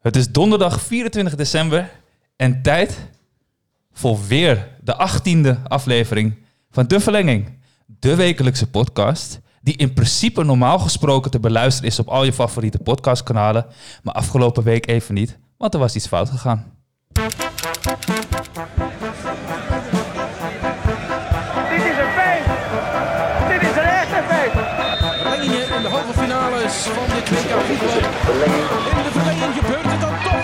Het is donderdag 24 december en tijd voor weer de 18e aflevering van De Verlenging. De wekelijkse podcast die in principe normaal gesproken te beluisteren is op al je favoriete podcastkanalen. Maar afgelopen week even niet, want er was iets fout gegaan. Dit is een feest! Dit is een echte feest! Verlengingen in de halve finales van dit WK voetbal. In de verlenging gebeurt het dan toch.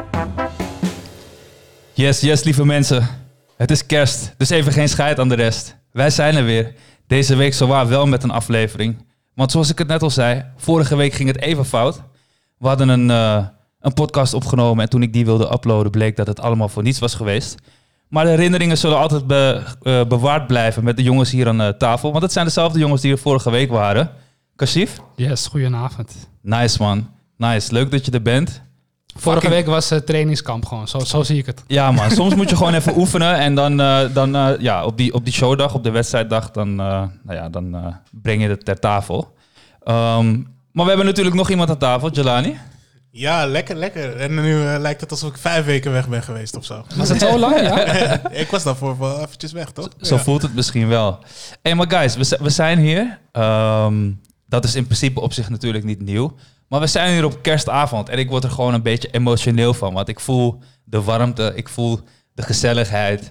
Yes, lieve mensen. Het is kerst, dus even geen scheid aan de rest. Wij zijn er weer. Deze week zowaar wel met een aflevering. Want zoals ik het net al zei, vorige week ging het even fout. We hadden een podcast opgenomen en toen ik die wilde uploaden bleek dat het allemaal voor niets was geweest. Maar de herinneringen zullen altijd bewaard blijven met de jongens hier aan tafel. Want het zijn dezelfde jongens die er vorige week waren. Kashif? Yes, goedenavond. Nice man, nice. Leuk dat je er bent. Vorige week was trainingskamp gewoon, zo zie ik het. Ja man, soms moet je gewoon even oefenen en dan op die showdag, op de wedstrijddag, dan breng je het ter tafel. Maar we hebben natuurlijk nog iemand aan tafel, Jelani. Ja, lekker. En nu lijkt het alsof ik 5 weken weg ben geweest of zo. Was het zo lang, ja? Ik was daarvoor wel eventjes weg, toch? Zo voelt het misschien wel. Hey, maar guys, we zijn hier. Dat is in principe op zich natuurlijk niet nieuw. Maar we zijn hier op kerstavond en ik word er gewoon een beetje emotioneel van. Want ik voel de warmte, ik voel de gezelligheid.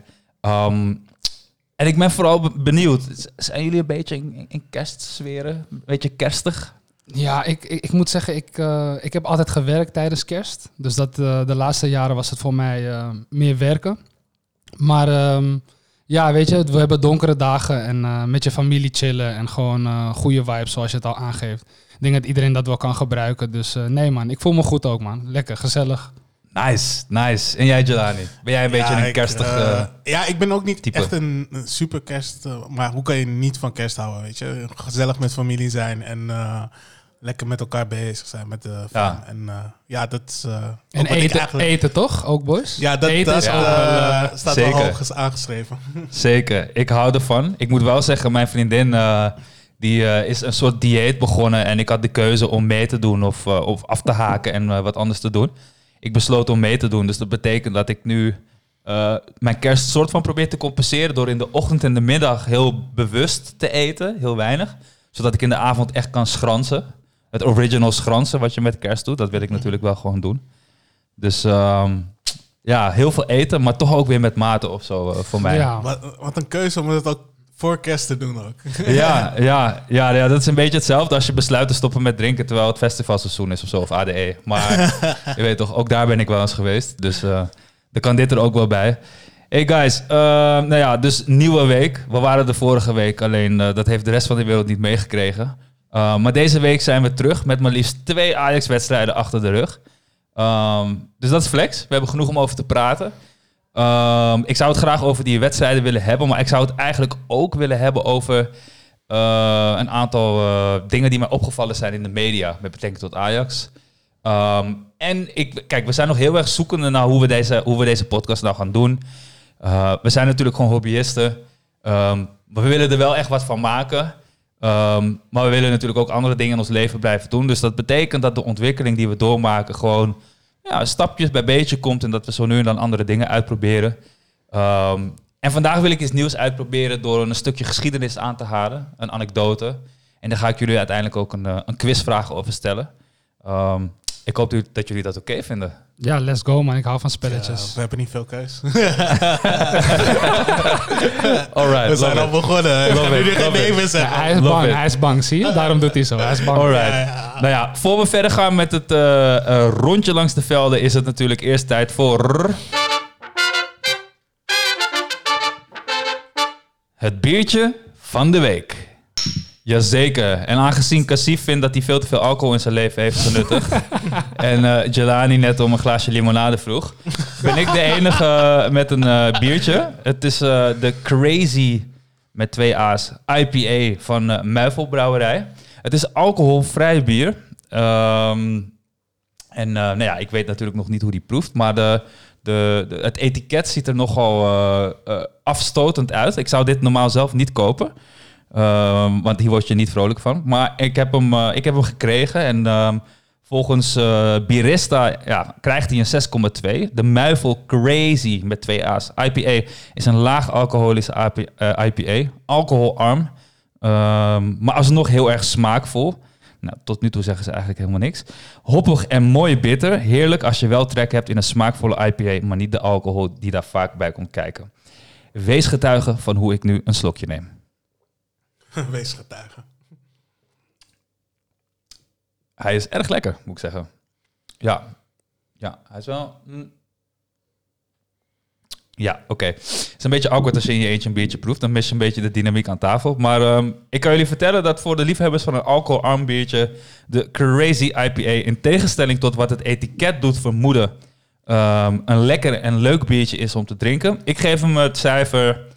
En ik ben vooral benieuwd. Zijn jullie een beetje in kerstsferen? Een beetje kerstig? Ja, ik moet zeggen, ik heb altijd gewerkt tijdens kerst. Dus de laatste jaren was het voor mij meer werken. Maar ja, weet je, we hebben donkere dagen en met je familie chillen en gewoon goede vibes zoals je het al aangeeft. Ik denk dat iedereen dat wel kan gebruiken. Dus nee man, ik voel me goed ook man. Lekker, gezellig. Nice. En jij Jelani? Ben jij een beetje een kerstig ja, ik ben ook niet type. echt een super kerst... maar hoe kan je niet van kerst houden, weet je? Gezellig met familie zijn en lekker met elkaar bezig zijn met de fam. Ja. En dat is... En eten toch, ook boys? Ja, dat eten is staat zeker. wel hoog aangeschreven. Zeker, ik hou ervan. Ik moet wel zeggen, mijn vriendin die is een soort dieet begonnen en ik had de keuze om mee te doen of af te haken en wat anders te doen. Ik besloot om mee te doen, dus dat betekent dat ik nu mijn kerst soort van probeer te compenseren door in de ochtend en de middag heel bewust te eten, heel weinig, zodat ik in de avond echt kan schransen. Het original schransen wat je met kerst doet, dat wil ik natuurlijk wel gewoon doen. Dus ja, heel veel eten, maar toch ook weer met mate of zo voor mij. Ja. Wat een keuze om het ook voor kerst te doen ook. Ja, dat is een beetje hetzelfde als je besluit te stoppen met drinken terwijl het festivalseizoen is of zo, of ADE. Maar je weet toch, ook daar ben ik wel eens geweest. Dus dan kan dit er ook wel bij. Hey guys, dus nieuwe week. We waren de vorige week, alleen dat heeft de rest van de wereld niet meegekregen. Maar deze week zijn we terug met maar liefst 2 Ajax-wedstrijden achter de rug. Dus dat is flex. We hebben genoeg om over te praten. Ik zou het graag over die wedstrijden willen hebben, maar ik zou het eigenlijk ook willen hebben over een aantal dingen die mij opgevallen zijn in de media met betrekking tot Ajax. Kijk, we zijn nog heel erg zoekende naar hoe we deze podcast nou gaan doen. We zijn natuurlijk gewoon hobbyisten. Maar we willen er wel echt wat van maken. Maar we willen natuurlijk ook andere dingen in ons leven blijven doen. Dus dat betekent dat de ontwikkeling die we doormaken gewoon stapjes bij beetje komt en dat we zo nu en dan andere dingen uitproberen. En vandaag wil ik iets nieuws uitproberen door een stukje geschiedenis aan te halen, een anekdote. En daar ga ik jullie uiteindelijk ook een quizvraag over stellen. Ik hoop dat jullie dat oké vinden. Ja, let's go man, ik hou van spelletjes. We hebben niet veel keus. Alright, We zijn al begonnen. We gaan nu geen nee meer zeggen. Ja, hij is bang, zie je? Daarom doet hij zo, hij is bang. Alright. Ja. Nou ja, voor we verder gaan met het rondje langs de velden is het natuurlijk eerst tijd voor het biertje van de week. Jazeker. En aangezien Kashif vindt dat hij veel te veel alcohol in zijn leven heeft genuttigd en Jelani net om een glaasje limonade vroeg, ben ik de enige met een biertje. Het is de Crazy met 2 A's IPA van Muifelbrouwerij. Het is alcoholvrij bier. Ik weet natuurlijk nog niet hoe die proeft, maar het etiket ziet er nogal afstotend uit. Ik zou dit normaal zelf niet kopen. Want hier word je niet vrolijk van. Maar ik heb hem gekregen en Volgens Birista krijgt hij een 6,2. De Muifel Crazy met 2 A's. IPA is een laag alcoholische IPA. Alcoholarm. Maar alsnog heel erg smaakvol. Nou, tot nu toe zeggen ze eigenlijk helemaal niks. Hoppig en mooi bitter. Heerlijk als je wel trek hebt in een smaakvolle IPA, maar niet de alcohol die daar vaak bij komt kijken. Wees getuige van hoe ik nu een slokje neem. Wees getuige. Hij is erg lekker, moet ik zeggen. Ja, hij is wel... Ja, oké. Het is een beetje awkward als je in je eentje een biertje proeft. Dan mis je een beetje de dynamiek aan tafel. Maar ik kan jullie vertellen dat voor de liefhebbers van een alcoholarm biertje, de Crazy IPA, in tegenstelling tot wat het etiket doet vermoeden, een lekker en leuk biertje is om te drinken. Ik geef hem het cijfer 6,5.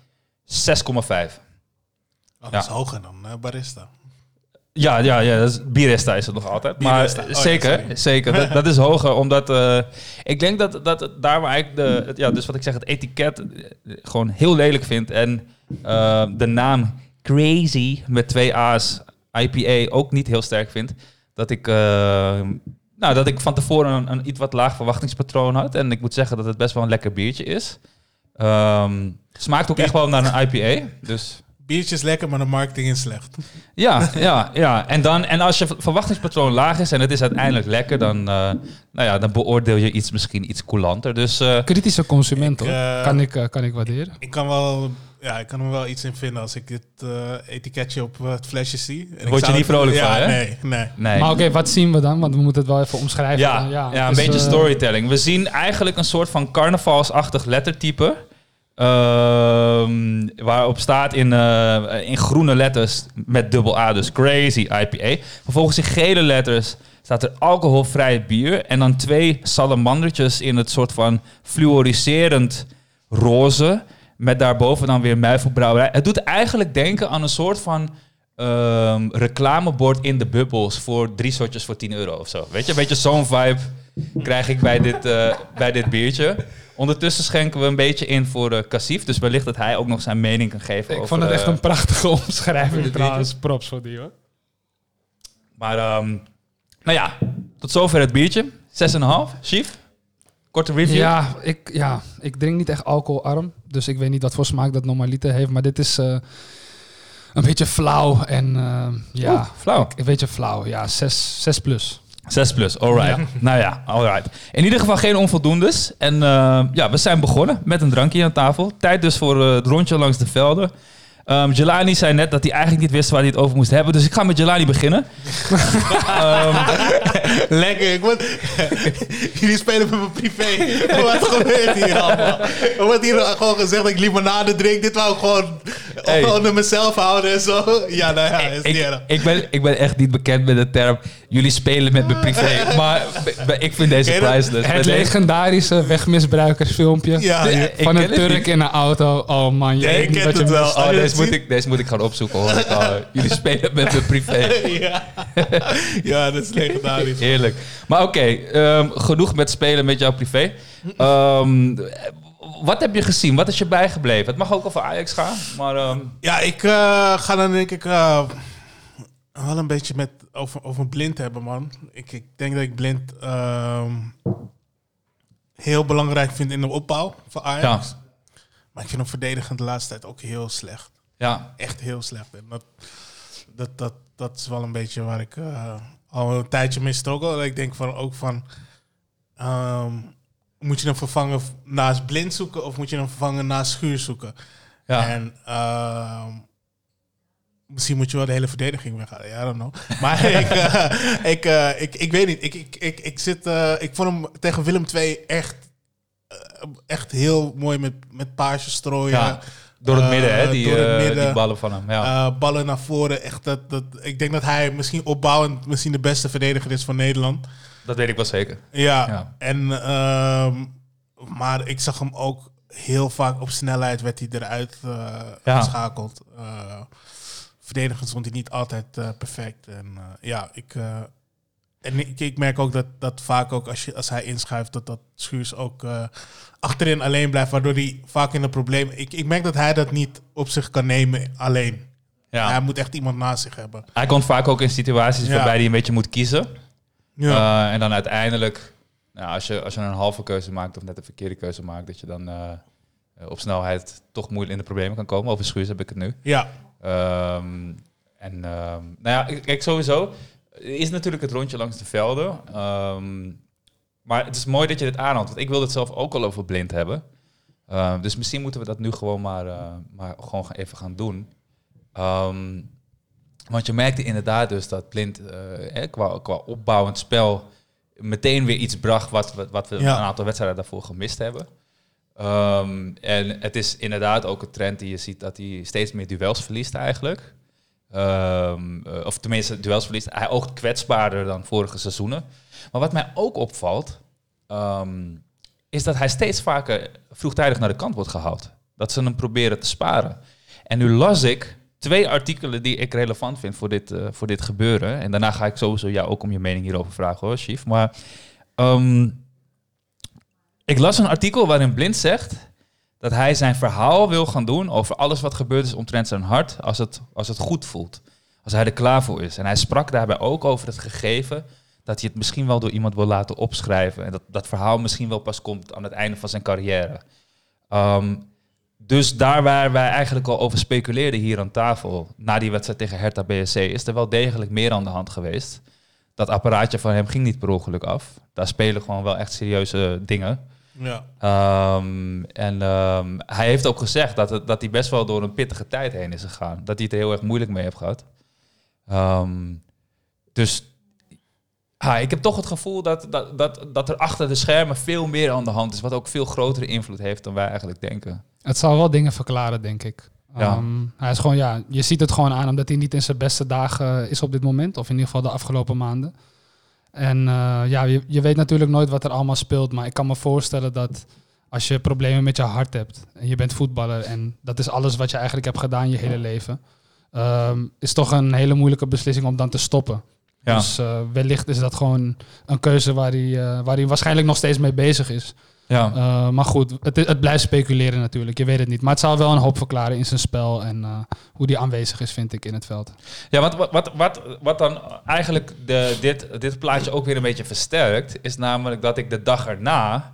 Dat is hoger dan Barista. Ja, dat is, Birista is het nog altijd. Birista. Maar zeker. Dat is hoger, omdat ik denk dat daar waar ik dus wat ik zeg, het etiket gewoon heel lelijk vind. En de naam Crazy met 2 A's IPA ook niet heel sterk vind. Dat ik van tevoren een iets wat laag verwachtingspatroon had. En ik moet zeggen dat het best wel een lekker biertje is. Smaakt ook echt wel naar een IPA. Dus... Biertje is lekker, maar de marketing is slecht. Ja. En als je verwachtingspatroon laag is en het is uiteindelijk lekker, dan dan beoordeel je iets misschien iets coulanter. Dus, kritische consument, hoor. Kan ik waarderen. Ik kan er wel iets in vinden als ik dit etiketje op het flesje zie. En word je niet vrolijk van, hè? Nee. Maar oké, wat zien we dan? Want we moeten het wel even omschrijven. Een beetje storytelling. We zien eigenlijk een soort van carnavalsachtig lettertype. Waarop staat in groene letters met dubbel A, dus Crazy IPA. Vervolgens in gele letters staat er alcoholvrij bier. En dan 2 salamandertjes in het soort van fluoriserend roze. Met daarboven dan weer Muifelbrouwerij. Het doet eigenlijk denken aan een soort van reclamebord in de bubbels voor 3 shotjes voor €10 of zo. Weet je, een beetje zo'n vibe krijg ik bij dit biertje. Ondertussen schenken we een beetje in voor Cassief. Dus wellicht dat hij ook nog zijn mening kan geven. Ik over, vond het echt een prachtige omschrijving trouwens. Props voor die, hoor. Maar tot zover het biertje. 6,5. Chief? Korte review? Ik drink niet echt alcoholarm. Dus ik weet niet wat voor smaak dat normaliter heeft. Maar dit is een beetje flauw. En flauw. Een beetje flauw. Ja, 6 plus. 6 plus, alright. Ja. Nou ja, alright. In ieder geval geen onvoldoendes. En we zijn begonnen met een drankje aan tafel. Tijd dus voor het rondje langs de velden. Jelani zei net dat hij eigenlijk niet wist waar hij het over moest hebben. Dus ik ga met Jelani beginnen. Lekker. Jullie spelen met mijn privé. Wat gebeurt hier allemaal? Er wordt hier gewoon gezegd dat ik limonade drink. Dit wou ik gewoon naar mezelf houden en zo. Ja, is niet erg. Ik ben echt niet bekend met de term jullie spelen met mijn privé. Maar ik vind deze priceless. Het legendarische wegmisbruikersfilmpje. Van een Turk in een auto. Oh man, ik ken het wel. Deze moet ik gaan opzoeken, hoor. Jullie spelen met mijn privé. Ja, dat is legendarisch. Heerlijk. Maar oké, genoeg met spelen met jouw privé. Wat heb je gezien? Wat is je bijgebleven? Het mag ook over Ajax gaan, maar... ik ga dan denk ik wel een beetje over Blind hebben, man. Ik denk dat ik Blind heel belangrijk vind in de opbouw van Ajax. Ja. Maar ik vind hem verdedigend de laatste tijd ook heel slecht. Ja. Echt heel slecht. En dat is wel een beetje waar ik al een tijdje mee struggle. Ik denk moet je hem vervangen naast Blind zoeken of moet je hem vervangen naast Schuur zoeken? Ja. En misschien moet je wel de hele verdediging weghalen. Ja, I don't know. Maar ik weet niet. Ik vond hem tegen Willem II echt heel mooi met paasjes strooien. Ja. Door het midden, hè? Die ballen van hem. Ja. Ballen naar voren. Echt ik denk dat hij misschien opbouwend misschien de beste verdediger is van Nederland. Dat weet ik wel zeker. Ja. En, maar ik zag hem ook heel vaak op snelheid werd hij eruit geschakeld. Verdedigend stond hij niet altijd perfect. En ik merk ook dat vaak ook als hij inschuift, dat Schuurs ook achterin alleen blijft, waardoor hij vaak in een probleem... Ik merk dat hij dat niet op zich kan nemen alleen. Ja. Hij moet echt iemand naast zich hebben. Hij komt vaak ook in situaties waarbij hij een beetje moet kiezen. Ja. En dan uiteindelijk, als je een halve keuze maakt of net een verkeerde keuze maakt, dat je dan op snelheid toch moeilijk in de problemen kan komen. Over Schuurs heb ik het nu. Ja. Kijk, sowieso is natuurlijk het rondje langs de velden. Maar het is mooi dat je dit aanhaalt, want ik wilde het zelf ook al over Blind hebben. Dus misschien moeten we dat nu gewoon maar gewoon even gaan doen. Want je merkte inderdaad dus dat Blind qua opbouwend spel meteen weer iets bracht wat we een aantal wedstrijden daarvoor gemist hebben. En het is inderdaad ook een trend die je ziet dat hij steeds meer duels verliest eigenlijk. Of tenminste duels verliest. Hij oogt kwetsbaarder dan vorige seizoenen. Maar wat mij ook opvalt, is dat hij steeds vaker vroegtijdig naar de kant wordt gehaald. Dat ze hem proberen te sparen. En nu las ik 2 artikelen die ik relevant vind voor dit gebeuren. En daarna ga ik sowieso jou ook om je mening hierover vragen hoor, Chief. Maar ik las een artikel waarin Blind zegt dat hij zijn verhaal wil gaan doen over alles wat gebeurd is omtrent zijn hart als het goed voelt. Als hij er klaar voor is. En hij sprak daarbij ook over het gegeven dat hij het misschien wel door iemand wil laten opschrijven. En dat verhaal misschien wel pas komt aan het einde van zijn carrière. Dus daar waar wij eigenlijk al over speculeerden hier aan tafel, na die wedstrijd tegen Hertha BSC, is er wel degelijk meer aan de hand geweest. Dat apparaatje van hem ging niet per ongeluk af. Daar spelen gewoon wel echt serieuze dingen. Ja. Hij heeft ook gezegd dat hij best wel door een pittige tijd heen is gegaan. Dat hij het er heel erg moeilijk mee heeft gehad. Ik heb toch het gevoel dat er achter de schermen veel meer aan de hand is, wat ook veel grotere invloed heeft dan wij eigenlijk denken. Het zal wel dingen verklaren, denk ik. Ja. Hij is gewoon, je ziet het gewoon aan omdat hij niet in zijn beste dagen is op dit moment. Of in ieder geval de afgelopen maanden. En je weet natuurlijk nooit wat er allemaal speelt. Maar ik kan me voorstellen dat als je problemen met je hart hebt en je bent voetballer en dat is alles wat je eigenlijk hebt gedaan je hele leven, is toch een hele moeilijke beslissing om dan te stoppen. Ja. Dus wellicht is dat gewoon een keuze waar hij waarschijnlijk nog steeds mee bezig is. Ja. Maar goed, het blijft speculeren natuurlijk. Je weet het niet. Maar het zal wel een hoop verklaren in zijn spel en hoe die aanwezig is, vind ik, in het veld. Ja, wat dan eigenlijk dit plaatje ook weer een beetje versterkt, is namelijk dat ik de dag erna,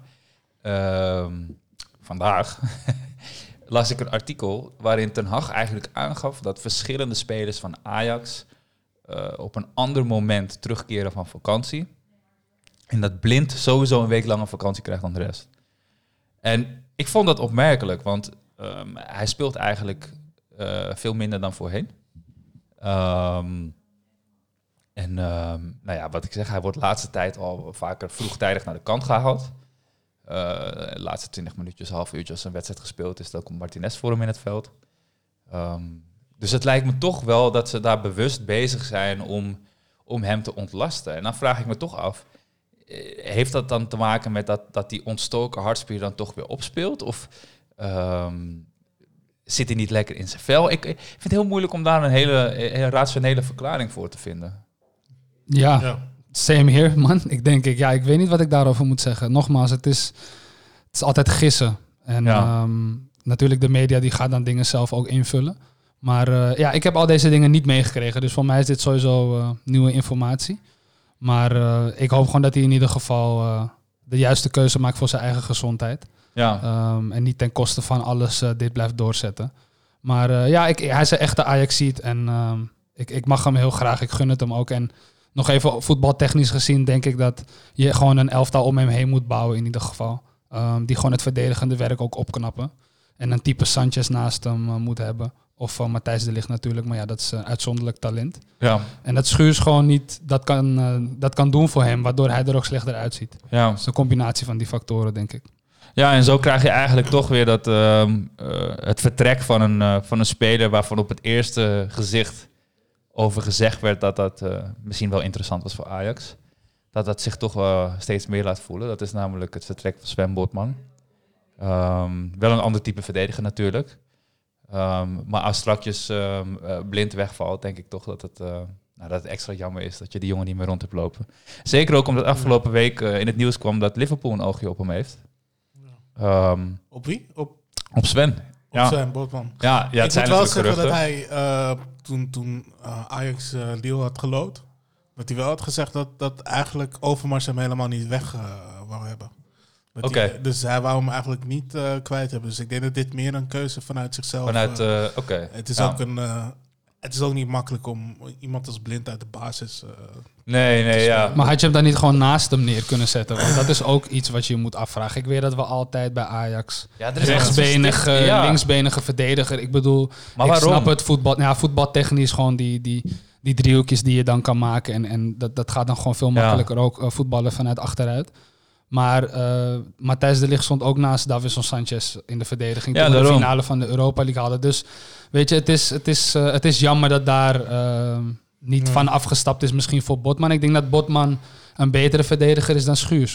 vandaag, las ik een artikel waarin Ten Hag eigenlijk aangaf dat verschillende spelers van Ajax op een ander moment terugkeren van vakantie. En dat Blind sowieso een week lang een vakantie krijgt dan de rest. En ik vond dat opmerkelijk, want hij speelt eigenlijk veel minder dan voorheen. Wat ik zeg, hij wordt de laatste tijd al vaker vroegtijdig naar de kant gehaald. De laatste 20 minuutjes, half uurtje als een wedstrijd gespeeld is, dan komt Martinez voor hem in het veld. Dus het lijkt me toch wel dat ze daar bewust bezig zijn om hem te ontlasten. En dan vraag ik me toch af, heeft dat dan te maken met dat die ontstoken hartspier dan toch weer opspeelt? Of zit hij niet lekker in zijn vel? Ik vind het heel moeilijk om daar een hele rationele verklaring voor te vinden. Ja. Same here, man. Ik weet niet wat ik daarover moet zeggen. Nogmaals, het is altijd gissen. En natuurlijk de media die gaat dan dingen zelf ook invullen. Maar ik heb al deze dingen niet meegekregen. Dus voor mij is dit sowieso nieuwe informatie. Maar ik hoop gewoon dat hij in ieder geval de juiste keuze maakt voor zijn eigen gezondheid. Ja. En niet ten koste van alles dit blijft doorzetten. Maar hij is een echte Ajaxiet en ik mag hem heel graag. Ik gun het hem ook. En nog even voetbaltechnisch gezien denk ik dat je gewoon een elftal om hem heen moet bouwen in ieder geval. Die gewoon het verdedigende werk ook opknappen. En een type Sanchez naast hem moet hebben. Of van Matthijs de Ligt natuurlijk, maar dat is een uitzonderlijk talent. Ja. En dat Schuurs gewoon niet dat kan doen voor hem, waardoor hij er ook slechter uitziet. Ja. Dat is een combinatie van die factoren, denk ik. Ja, en zo krijg je eigenlijk toch weer dat het vertrek van een speler waarvan op het eerste gezicht over gezegd werd dat misschien wel interessant was voor Ajax. Dat zich toch wel steeds meer laat voelen. Dat is namelijk het vertrek van Sven Botman. Wel een ander type verdediger natuurlijk. Maar als strakjes Blind wegvalt, denk ik toch dat het extra jammer is dat je die jongen niet meer rond hebt lopen. Zeker ook omdat afgelopen week in het nieuws kwam dat Liverpool een oogje op hem heeft. Op wie? Op Sven. Sven Botman. Ja, het ik zijn moet wel natuurlijk zeggen geruchten. dat hij toen Ajax deal had gelood, Dat hij wel had gezegd dat eigenlijk Overmars hem helemaal niet weg wou hebben. Oké. Dus hij wou hem eigenlijk niet kwijt hebben. Dus ik denk dat dit meer een keuze vanuit zichzelf... Oké. Het is Ja. ook het is ook niet makkelijk om iemand als Blind uit de basis... Nee, ja. Maar had je hem dan niet gewoon naast hem neer kunnen zetten? Want dat is ook iets wat je moet afvragen. Ik weet dat we altijd bij Ajax Ja, er is rechtsbenige, ja. linksbenige verdediger. Ik bedoel, Maar ik waarom? snap het voetbal. Ja, voetbaltechnisch gewoon die driehoekjes die je dan kan maken. En dat gaat dan gewoon veel makkelijker ook voetballen vanuit achteruit. Maar Matthijs de Ligt stond ook naast Davinson Sanchez in de verdediging. Ja, toen we de daarom. finale van de Europa League hadden. Dus weet je, het is jammer dat daar niet van afgestapt is misschien voor Botman. Ik denk dat Botman een betere verdediger is dan Schuurs, 100%.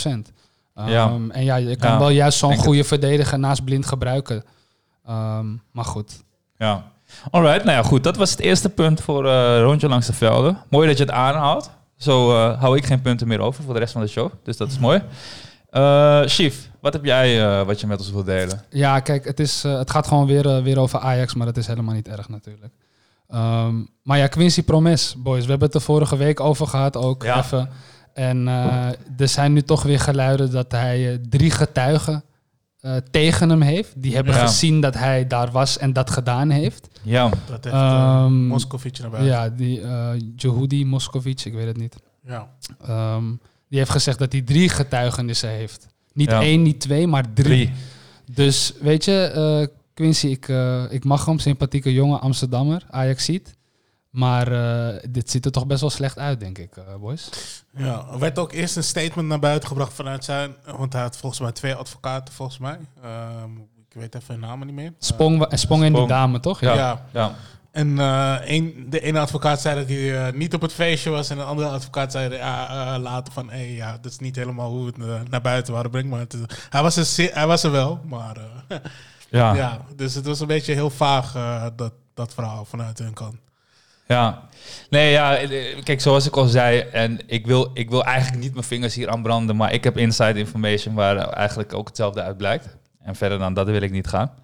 Ja. En ja, je kan wel juist zo'n goede verdediger naast Blind gebruiken. Maar goed. Ja. Alright, nou ja, goed. Dat was het eerste punt voor Rondje Langs de Velden. Mooi dat je het aanhaalt. Zo hou ik geen punten meer over voor de rest van de show. Dus dat is mooi. Chief, wat heb jij wat je met ons wilt delen? Ja, kijk, het gaat gewoon weer over Ajax, maar dat is helemaal niet erg natuurlijk. Maar ja, Quincy Promes, boys. We hebben het er vorige week over gehad ook even. En er zijn nu toch weer geluiden dat hij 3 getuigen tegen hem heeft. Die hebben gezien dat hij daar was en dat gedaan heeft. Ja. Dat heeft Moscovic naar buiten. Ja, die Yehudi Moscovic, ik weet het niet. Ja. Die heeft gezegd dat hij 3 getuigenissen heeft. Niet Ja. 1, niet 2, maar 3. Dus weet je, Quincy, ik mag hem, sympathieke jongen Amsterdammer, Ajaxiet. Maar dit ziet er toch best wel slecht uit, denk ik, boys. Ja, er werd ook eerst een statement naar buiten gebracht vanuit zijn... Want hij had volgens mij 2 advocaten, volgens mij. Ik weet even hun namen niet meer. Sprong in die dame, toch? Ja. En de ene advocaat zei dat hij niet op het feestje was... en de andere advocaat zei later van... dat is niet helemaal hoe we het naar buiten waren brengen. Maar hij was er wel, maar... Ja, dus het was een beetje heel vaag, dat verhaal vanuit hun kant. Ja. Nee, ja, kijk, zoals ik al zei... en ik wil eigenlijk niet mijn vingers hier aan branden... maar ik heb inside information waar eigenlijk ook hetzelfde uit blijkt. En verder dan dat wil ik niet gaan.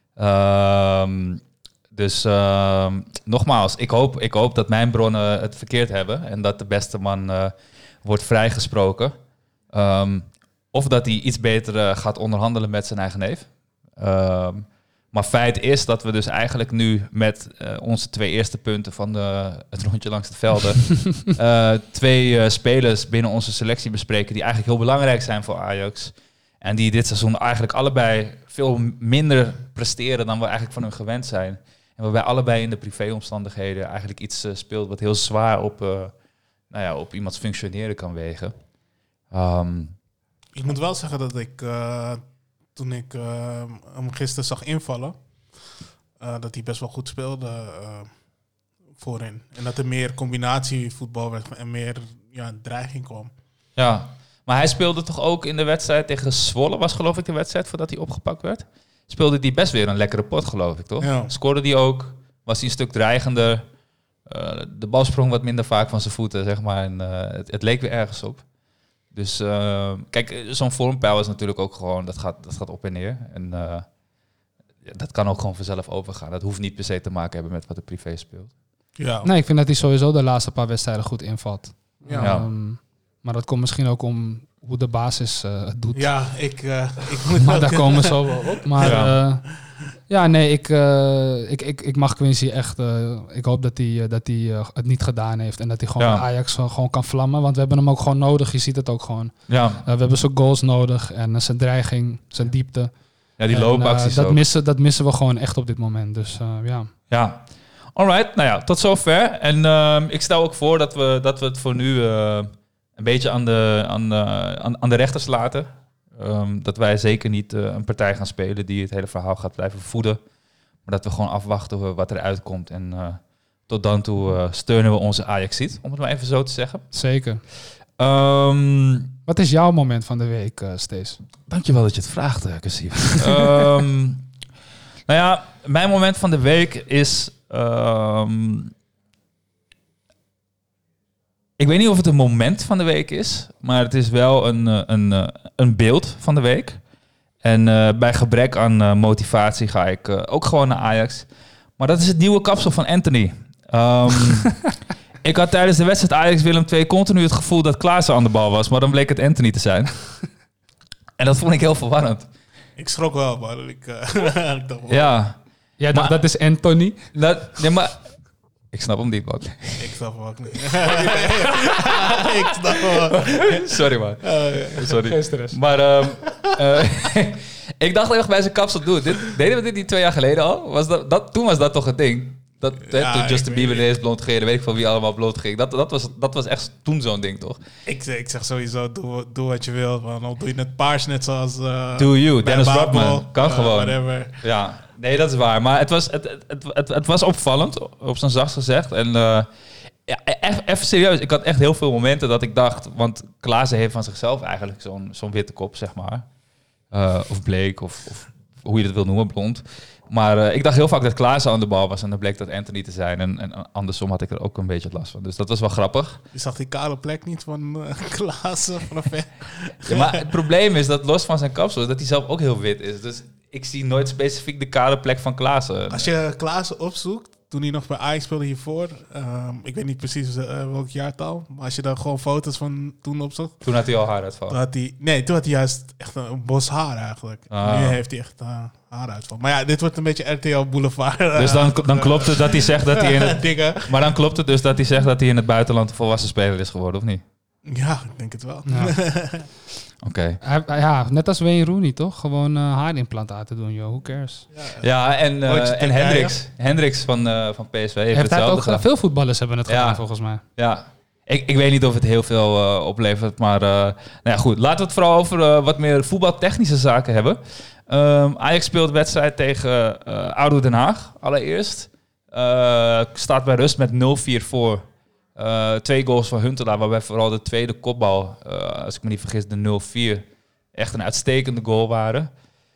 Dus nogmaals, ik hoop dat mijn bronnen het verkeerd hebben... en dat de beste man wordt vrijgesproken. Of dat hij iets beter gaat onderhandelen met zijn eigen neef. Maar feit is dat we dus eigenlijk nu met onze 2 eerste punten van het rondje langs het velden... 2 spelers binnen onze selectie bespreken die eigenlijk heel belangrijk zijn voor Ajax. En die dit seizoen eigenlijk allebei veel minder presteren dan we eigenlijk van hun gewend zijn. En waarbij allebei in de privéomstandigheden eigenlijk iets speelt wat heel zwaar op iemands functioneren kan wegen. Ik moet wel zeggen dat ik, toen ik hem gisteren zag invallen, dat hij best wel goed speelde voorin. En dat er meer combinatievoetbal werd en meer dreiging kwam. Ja, maar hij speelde toch ook in de wedstrijd tegen Zwolle, was geloof ik de wedstrijd voordat hij opgepakt werd. Speelde hij best weer een lekkere pot, geloof ik, toch? Ja. Scoorde hij ook, was hij een stuk dreigender. De bal sprong wat minder vaak van zijn voeten, zeg maar. En het leek weer ergens op. Dus kijk, zo'n vormpeil is natuurlijk ook gewoon, dat gaat op en neer. En dat kan ook gewoon vanzelf overgaan. Dat hoeft niet per se te maken hebben met wat er privé speelt. Ja. Nee, ik vind dat hij sowieso de laatste paar wedstrijden goed invalt. Ja. Maar dat komt misschien ook om hoe de basis het doet. Ja, ik moet Maar ook... daar komen we zo wel op. Maar ik mag Quincy echt... ik hoop dat hij het niet gedaan heeft. En dat hij gewoon bij Ajax gewoon kan vlammen. Want we hebben hem ook gewoon nodig. Je ziet het ook gewoon. Ja. We hebben zijn goals nodig. En zijn dreiging, zijn diepte. Ja, die loopacties ook. Dat missen we gewoon echt op dit moment. Dus ja. Ja. Alright, nou ja, tot zover. En ik stel ook voor dat we het voor nu een beetje aan de rechters laten. Dat wij zeker niet een partij gaan spelen die het hele verhaal gaat blijven voeden. Maar dat we gewoon afwachten wat eruit komt. En tot dan toe steunen we onze Ajaxiet, om het maar even zo te zeggen. Zeker. Wat is jouw moment van de week, Stees? Dankjewel dat je het vraagt, Kassief. Nou ja, mijn moment van de week is... ik weet niet of het een moment van de week is, maar het is wel een beeld van de week. En bij gebrek aan motivatie ga ik ook gewoon naar Ajax. Maar dat is het nieuwe kapsel van Anthony. Ik had tijdens de wedstrijd Ajax-Willem II continu het gevoel dat Klaassen aan de bal was. Maar dan bleek het Anthony te zijn. En dat vond ik heel verwarrend. Ik schrok wel, maar ik dacht wel. Ja. Ja, Maar- dat is Anthony. Nee, maar... Ik snap hem niet, man. Ik snap wel ook niet. Ik snap wel. Sorry, man. Sorry. Geen stress. Maar ik dacht echt bij zijn kapsel, deden we dit niet 2 jaar geleden al? Toen was dat toch het ding? Ja, Toen ik Justin weet Bieber niet. ineens blond ging, weet ik van wie allemaal blond ging. Dat was echt toen zo'n ding, toch? Ik zeg sowieso, doe wat je wil. Want al doe je het paars net zoals... Do you, bij Dennis Babel, Rodman. Kan gewoon. Whatever. Ja, nee, dat is waar. Maar het was opvallend, op zijn zachtst gezegd. En ja, even serieus, ik had echt heel veel momenten dat ik dacht... Want Klaassen heeft van zichzelf eigenlijk zo'n witte kop, zeg maar. Of bleek, of hoe je dat wil noemen, blond. Maar ik dacht heel vaak dat Klaassen aan de bal was en dan bleek dat Anthony te zijn. En andersom had ik er ook een beetje last van. Dus dat was wel grappig. Je zag die kale plek niet van Klaassen vanaf ver. Ja, maar het probleem is dat los van zijn kapsel, dat hij zelf ook heel wit is. Dus ik zie nooit specifiek de kale plek van Klaassen. Als je Klaassen opzoekt, toen hij nog bij Ajax speelde hiervoor, ik weet niet precies welk jaartal, maar als je dan gewoon foto's van toen opzoekt, Toen had hij al haaruitval. toen had hij juist echt een bos haar eigenlijk. Ah. Nu heeft hij echt haaruitval. Maar ja, dit wordt een beetje RTL Boulevard. Dus dan klopt het dat hij zegt dat hij in het... dingen. Maar dan klopt het dus dat hij zegt dat hij in het buitenland een volwassen speler is geworden, of niet? Ja, ik denk het wel. Ja. Oké. Ja, net als Wayne Rooney, toch? Gewoon haarimplantaten doen, joh. Who cares? Ja, en Ooit en Hendricks van PSV heeft Heeft hij hetzelfde ook gedaan. veel voetballers hebben het Ja. gedaan, volgens mij. Ja, ik weet niet of het heel veel oplevert, maar nou ja, goed. Laten we het vooral over wat meer voetbaltechnische zaken hebben. Ajax speelt wedstrijd tegen ADO Den Haag, allereerst. Staat bij rust met 0-4 voor. 2 goals van Huntelaar, waarbij vooral de tweede kopbal, als ik me niet vergis, de 0-4, echt een uitstekende goal waren.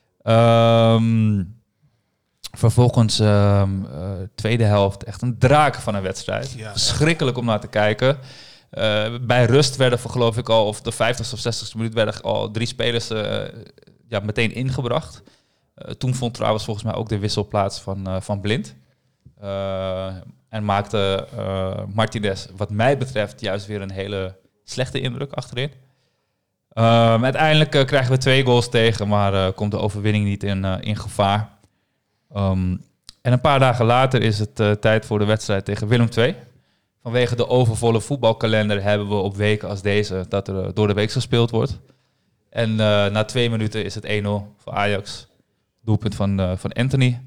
Vervolgens tweede helft, echt een draak van een wedstrijd. Ja, Verschrikkelijk om naar te kijken. Bij rust werden geloof ik al, of de 50ste of 60ste minuut, werden al 3 spelers meteen ingebracht. Toen vond trouwens volgens mij ook de wissel plaats van Blind. En maakte Martinez, wat mij betreft, juist weer een hele slechte indruk achterin. Uiteindelijk krijgen we 2 goals tegen, maar komt de overwinning niet in gevaar. En een paar dagen later is het tijd voor de wedstrijd tegen Willem II. Vanwege de overvolle voetbalkalender hebben we op weken als deze dat er door de week gespeeld wordt. En na 2 minuten is het 1-0 voor Ajax. Doelpunt van Anthony.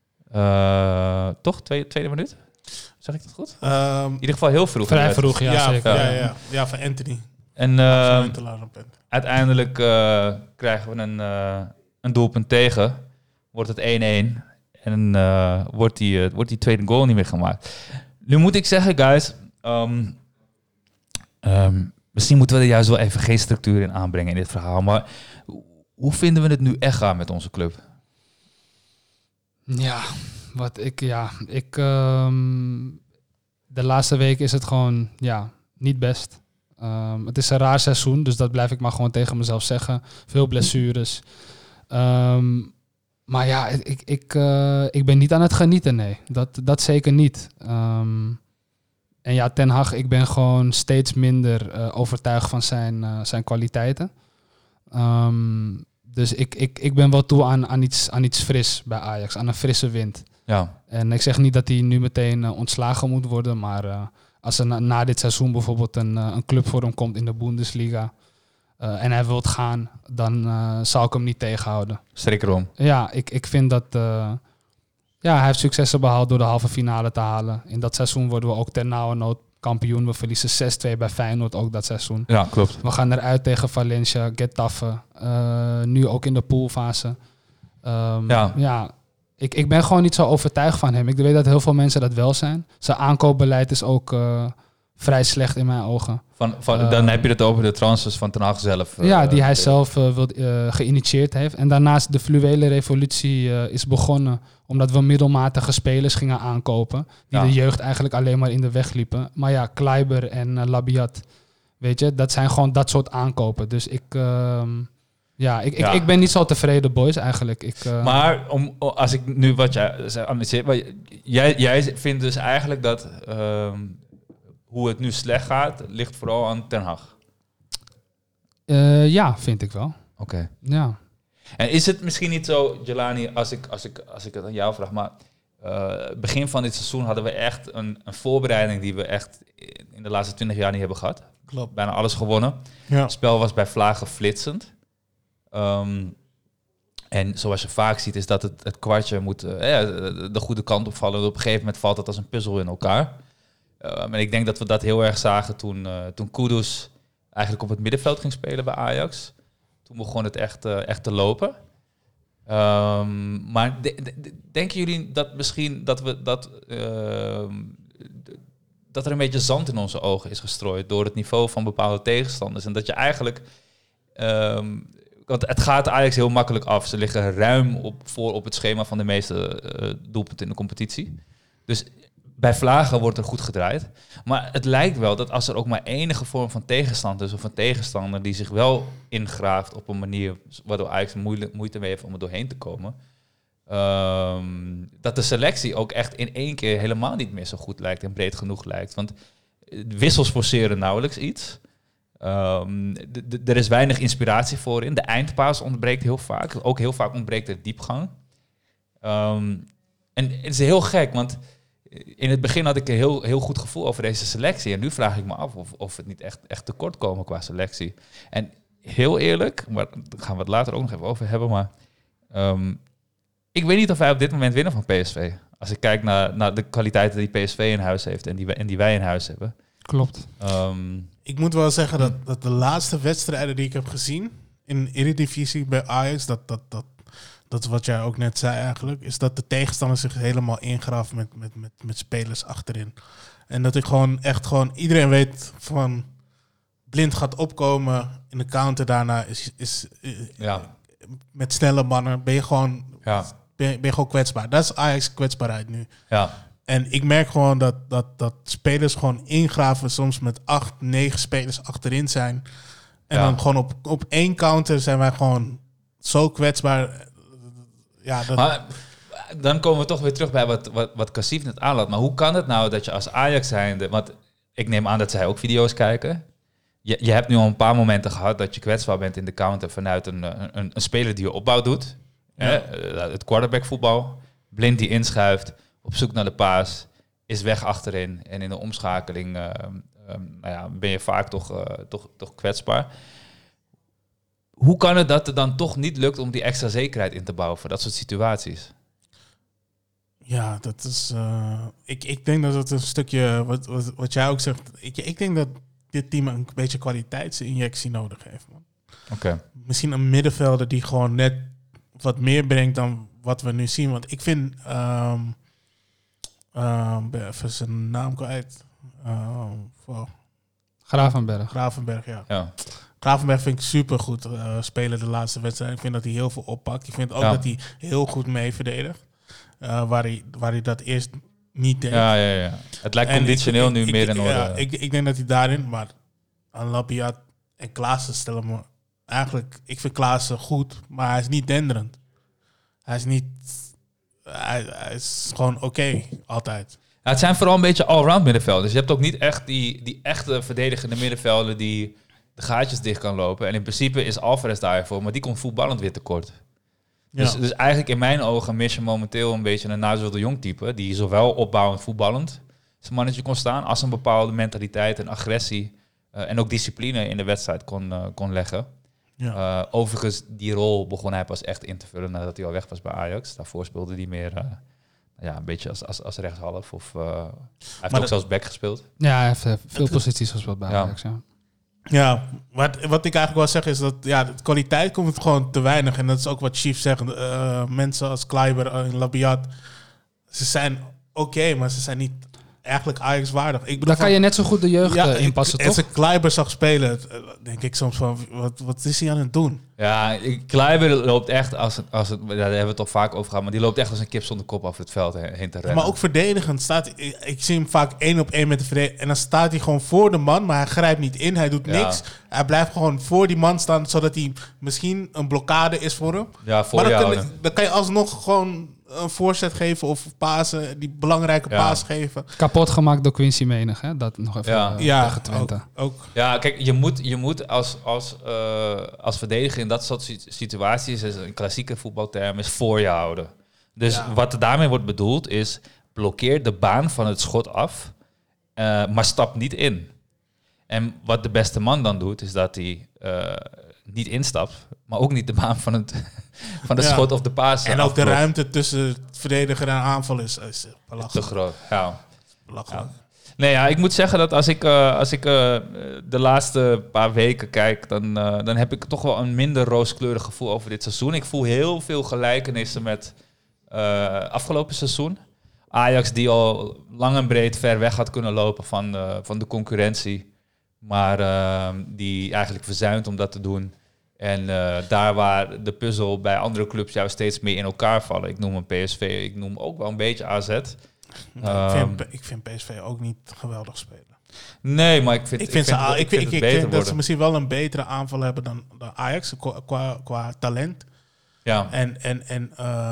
Toch? Tweede minuut? Zeg ik dat goed? In ieder geval heel vroeg. Vrij vroeg, ja, zeker. Ja, van Anthony. En Huntelaar op Anthony. uiteindelijk krijgen we een doelpunt tegen. Wordt het 1-1. En wordt die tweede goal niet meer gemaakt. Nu moet ik zeggen, guys. Misschien moeten we er juist wel even geen structuur in aanbrengen in dit verhaal. Maar hoe vinden we het nu echt gaan met onze club? Ja, de laatste week is het gewoon, niet best. Het is een raar seizoen, dus dat blijf ik maar gewoon tegen mezelf zeggen. Veel blessures. Maar ja, ik ben niet aan het genieten, nee. Dat zeker niet. En ja, Ten Hag, ik ben gewoon steeds minder overtuigd van zijn kwaliteiten. Dus ik ben wel toe aan iets fris bij Ajax, aan een frisse wind. Ja. En ik zeg niet dat hij nu meteen ontslagen moet worden, maar als er na dit seizoen bijvoorbeeld een club voor hem komt in de Bundesliga en hij wilt gaan, dan zal ik hem niet tegenhouden. Strik erom. Ja, ik vind dat hij heeft successen behaald door de halve finale te halen. In dat seizoen worden we ook ternauwernood kampioen. We verliezen 6-2 bij Feyenoord ook dat seizoen. Ja, klopt. We gaan eruit tegen Valencia, Getafe. Nu ook in de poolfase. Ik ben gewoon niet zo overtuigd van hem. Ik weet dat heel veel mensen dat wel zijn. Zijn aankoopbeleid is ook vrij slecht in mijn ogen. Dan heb je het over de transfers van Ten Hag zelf. Die hij zelf geïnitieerd heeft. En daarnaast de fluwele revolutie is begonnen omdat we middelmatige spelers gingen aankopen. Die de jeugd eigenlijk alleen maar in de weg liepen. Maar ja, Kleiber en Labiat, weet je, dat zijn gewoon dat soort aankopen. Dus ik ben niet zo tevreden, boys, eigenlijk. Maar als ik nu wat jij analyseer, jij vindt dus eigenlijk dat hoe het nu slecht gaat, ligt vooral aan Ten Hag. Ja, vind ik wel. Oké. Ja. En is het misschien niet zo, Jelani, als ik het aan jou vraag, maar begin van dit seizoen hadden we echt een voorbereiding die we echt in de laatste 20 jaar niet hebben gehad. Klopt. Bijna alles gewonnen. Ja. Het spel was bij vlagen flitsend. En zoals je vaak ziet, is dat het kwartje moet de goede kant opvallen. Op een gegeven moment valt het als een puzzel in elkaar. En ik denk dat we dat heel erg zagen toen Kudus eigenlijk op het middenveld ging spelen bij Ajax. Toen begon het echt te lopen. Maar denken jullie dat misschien dat er een beetje zand in onze ogen is gestrooid door het niveau van bepaalde tegenstanders? En dat je eigenlijk... want het gaat Ajax heel makkelijk af. Ze liggen ruim op het schema van de meeste doelpunten in de competitie. Dus bij vlagen wordt er goed gedraaid. Maar het lijkt wel dat als er ook maar enige vorm van tegenstand is, of een tegenstander die zich wel ingraaft op een manier waardoor Ajax moeite mee heeft om er doorheen te komen, dat de selectie ook echt in één keer helemaal niet meer zo goed lijkt en breed genoeg lijkt. Want wissels forceren nauwelijks iets. Er is weinig inspiratie voor in. De eindpaas ontbreekt heel vaak. Ook heel vaak ontbreekt er diepgang. En het is heel gek, want in het begin had ik een heel goed gevoel over deze selectie. En nu vraag ik me af of het niet echt tekort komen qua selectie. En heel eerlijk, maar daar gaan we het later ook nog even over hebben. Maar ik weet niet of wij op dit moment winnen van PSV. Als ik kijk naar de kwaliteiten die PSV in huis heeft en die wij in huis hebben. Klopt. Ik moet wel zeggen dat de laatste wedstrijden die ik heb gezien in Eredivisie bij Ajax, dat is wat jij ook net zei eigenlijk, is dat de tegenstander zich helemaal ingraaft met spelers achterin. En dat ik gewoon iedereen weet van Blind gaat opkomen in de counter daarna is met snelle mannen ben je gewoon ben je gewoon kwetsbaar. Dat is Ajax kwetsbaarheid nu. Ja. En ik merk gewoon dat spelers gewoon ingraven, soms met 8, 9 spelers achterin zijn. En dan gewoon op 1 counter zijn wij gewoon zo kwetsbaar. Ja, Maar dan komen we toch weer terug bij wat Kassif net aanlaat. Maar hoe kan het nou dat je als Ajax zijnde, want ik neem aan dat zij ook video's kijken. Je hebt nu al een paar momenten gehad dat je kwetsbaar bent in de counter vanuit een speler die je opbouw doet. Ja. Het quarterbackvoetbal. Blind die inschuift, op zoek naar de paas, is weg achterin. En in de omschakeling ben je vaak toch kwetsbaar. Hoe kan het dat het dan toch niet lukt om die extra zekerheid in te bouwen voor dat soort situaties? Ja, dat is... Ik denk dat het een stukje... Wat jij ook zegt... Ik denk dat dit team een beetje kwaliteitsinjectie nodig heeft, man. Okay. Misschien een middenvelder die gewoon net wat meer brengt dan wat we nu zien. Want ik vind... even zijn naam kwijt. Gravenberg, ja. Gravenberg vind ik supergoed spelen de laatste wedstrijd. Ik vind dat hij heel veel oppakt. Ik vind ook dat hij heel goed mee verdedigt. Waar hij dat eerst niet deed. Ja. Het lijkt conditioneel nu meer in orde. Ja, ik denk dat hij daarin... Maar aan Labiat en Klaassen stellen me... Eigenlijk, ik vind Klaassen goed, maar hij is niet denderend. Hij is niet... Hij is gewoon oké, altijd. Ja, het zijn vooral een beetje allround middenvelden. Dus je hebt ook niet echt die echte verdedigende middenvelden die de gaatjes dicht kan lopen. En in principe is Alvarez daarvoor, maar die komt voetballend weer tekort. Ja. Dus eigenlijk in mijn ogen mis je momenteel een beetje een Nazel de Jong type, die zowel opbouwend voetballend zijn mannetje kon staan, als een bepaalde mentaliteit en agressie en ook discipline in de wedstrijd kon leggen. Ja. Overigens, die rol begon hij pas echt in te vullen nadat hij al weg was bij Ajax. Daarvoor speelde hij meer een beetje als rechtshalf. Of hij heeft ook zelfs back gespeeld. Ja, hij heeft veel posities gespeeld bij Ajax. Ja, wat ik eigenlijk wil zeggen is dat de kwaliteit komt gewoon te weinig. En dat is ook wat Chief zegt. Mensen als Kleiber en Labiat, ze zijn oké, maar ze zijn niet eigenlijk Ajax waardig. Daar kan je net zo goed de jeugd inpassen, toch? Als ik Kleiber zag spelen, denk ik soms van, wat is hij aan het doen? Ja, Kleiber loopt echt, daar hebben we het toch vaak over gehad, maar die loopt echt als een kip zonder kop over het veld heen te rennen. Maar ook verdedigend staat, ik zie hem vaak 1-op-1 met de verdediger. En dan staat hij gewoon voor de man, maar hij grijpt niet in, hij doet niks. Hij blijft gewoon voor die man staan, zodat hij misschien een blokkade is voor hem. Ja, voor jou. Dan kan je alsnog gewoon een voorzet geven of pasen, die belangrijke paas geven. Kapot gemaakt door Quincy Menig, hè? Dat nog even tegen Twente. Ook. Ja, kijk, je moet als verdediger in dat soort situaties, is een klassieke voetbalterm, is voor je houden. Dus wat er daarmee wordt bedoeld is, blokkeer de baan van het schot af, maar stap niet in. En wat de beste man dan doet, is dat hij niet instapt, maar ook niet de baan van de schot of de paas. En ook de ruimte tussen verdediger en aanval is belachelijk. Te groot, ja. Belachelijk. Ja. Nee, ja, ik moet zeggen dat als ik de laatste paar weken kijk, dan heb ik toch wel een minder rooskleurig gevoel over dit seizoen. Ik voel heel veel gelijkenissen met afgelopen seizoen. Ajax die al lang en breed ver weg had kunnen lopen van de concurrentie, maar die eigenlijk verzuimt om dat te doen. En daar waar de puzzel bij andere clubs juist steeds meer in elkaar vallen. Ik noem een PSV, ik noem ook wel een beetje AZ. Ik vind PSV ook niet geweldig spelen. Nee, maar ik vind dat ze misschien wel een betere aanval hebben dan Ajax qua talent. Ja. En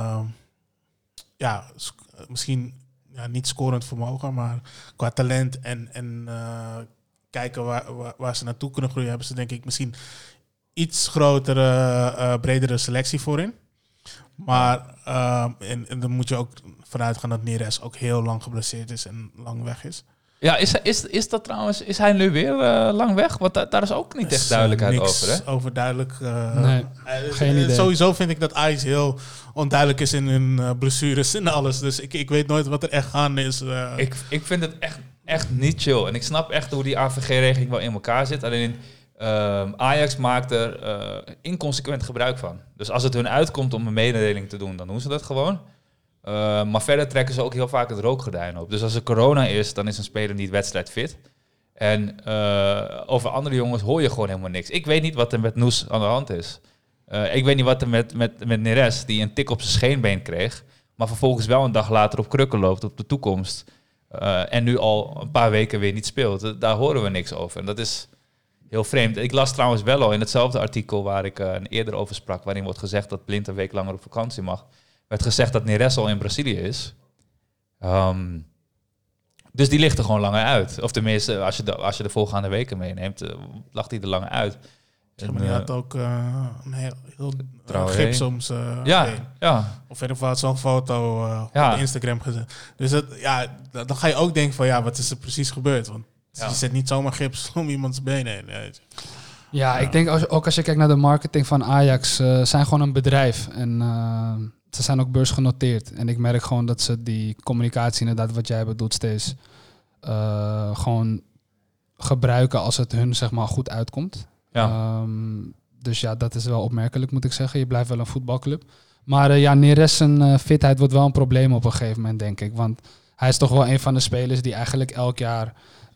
misschien niet scorend vermogen, maar qua talent en kijken waar ze naartoe kunnen groeien, hebben ze denk ik misschien iets grotere, bredere selectie voorin. Maar en dan moet je ook vanuit gaan dat Neres ook heel lang geblesseerd is en lang weg is. Ja, is dat trouwens, is hij nu weer lang weg? Want daar is ook niet echt duidelijkheid over, hè? Over duidelijk. Nee, geen idee. Sowieso vind ik dat Ajax heel onduidelijk is in hun blessures en alles. Dus ik weet nooit wat er echt gaande is. Ik vind het echt niet chill. En ik snap echt hoe die AVG-regeling wel in elkaar zit. Alleen Ajax maakt er inconsequent gebruik van. Dus als het hun uitkomt om een mededeling te doen, dan doen ze dat gewoon. Maar verder trekken ze ook heel vaak het rookgordijn op. Dus als er corona is, dan is een speler niet wedstrijdfit. En over andere jongens hoor je gewoon helemaal niks. Ik weet niet wat er met Noes aan de hand is. Ik weet niet wat er met Neres, die een tik op zijn scheenbeen kreeg, maar vervolgens wel een dag later op krukken loopt op de toekomst. En nu al een paar weken weer niet speelt. Daar horen we niks over. En dat is heel vreemd. Ik las trouwens wel al in hetzelfde artikel waar ik eerder over sprak, waarin wordt gezegd dat Blind een week langer op vakantie mag, werd gezegd dat Neres al in Brazilië is. Dus die ligt er gewoon langer uit. Of tenminste, als je de volgende weken meeneemt, lag die er langer uit. Maar die had ook een heel gips soms. Ja. Of in ieder geval zo'n foto op Instagram gezet. Dus dan ga je ook denken van wat is er precies gebeurd? Want je zet niet zomaar gips om iemands benen heen. Ja, ik denk als je kijkt naar de marketing van Ajax, zijn gewoon een bedrijf. En ze zijn ook beursgenoteerd. En ik merk gewoon dat ze die communicatie, inderdaad wat jij bedoelt, steeds gewoon gebruiken als het hun zeg maar goed uitkomt. Ja. Dus dat is wel opmerkelijk, moet ik zeggen. Je blijft wel een voetbalclub. Maar Neres' fitheid wordt wel een probleem op een gegeven moment, denk ik. Want hij is toch wel een van de spelers die eigenlijk elk jaar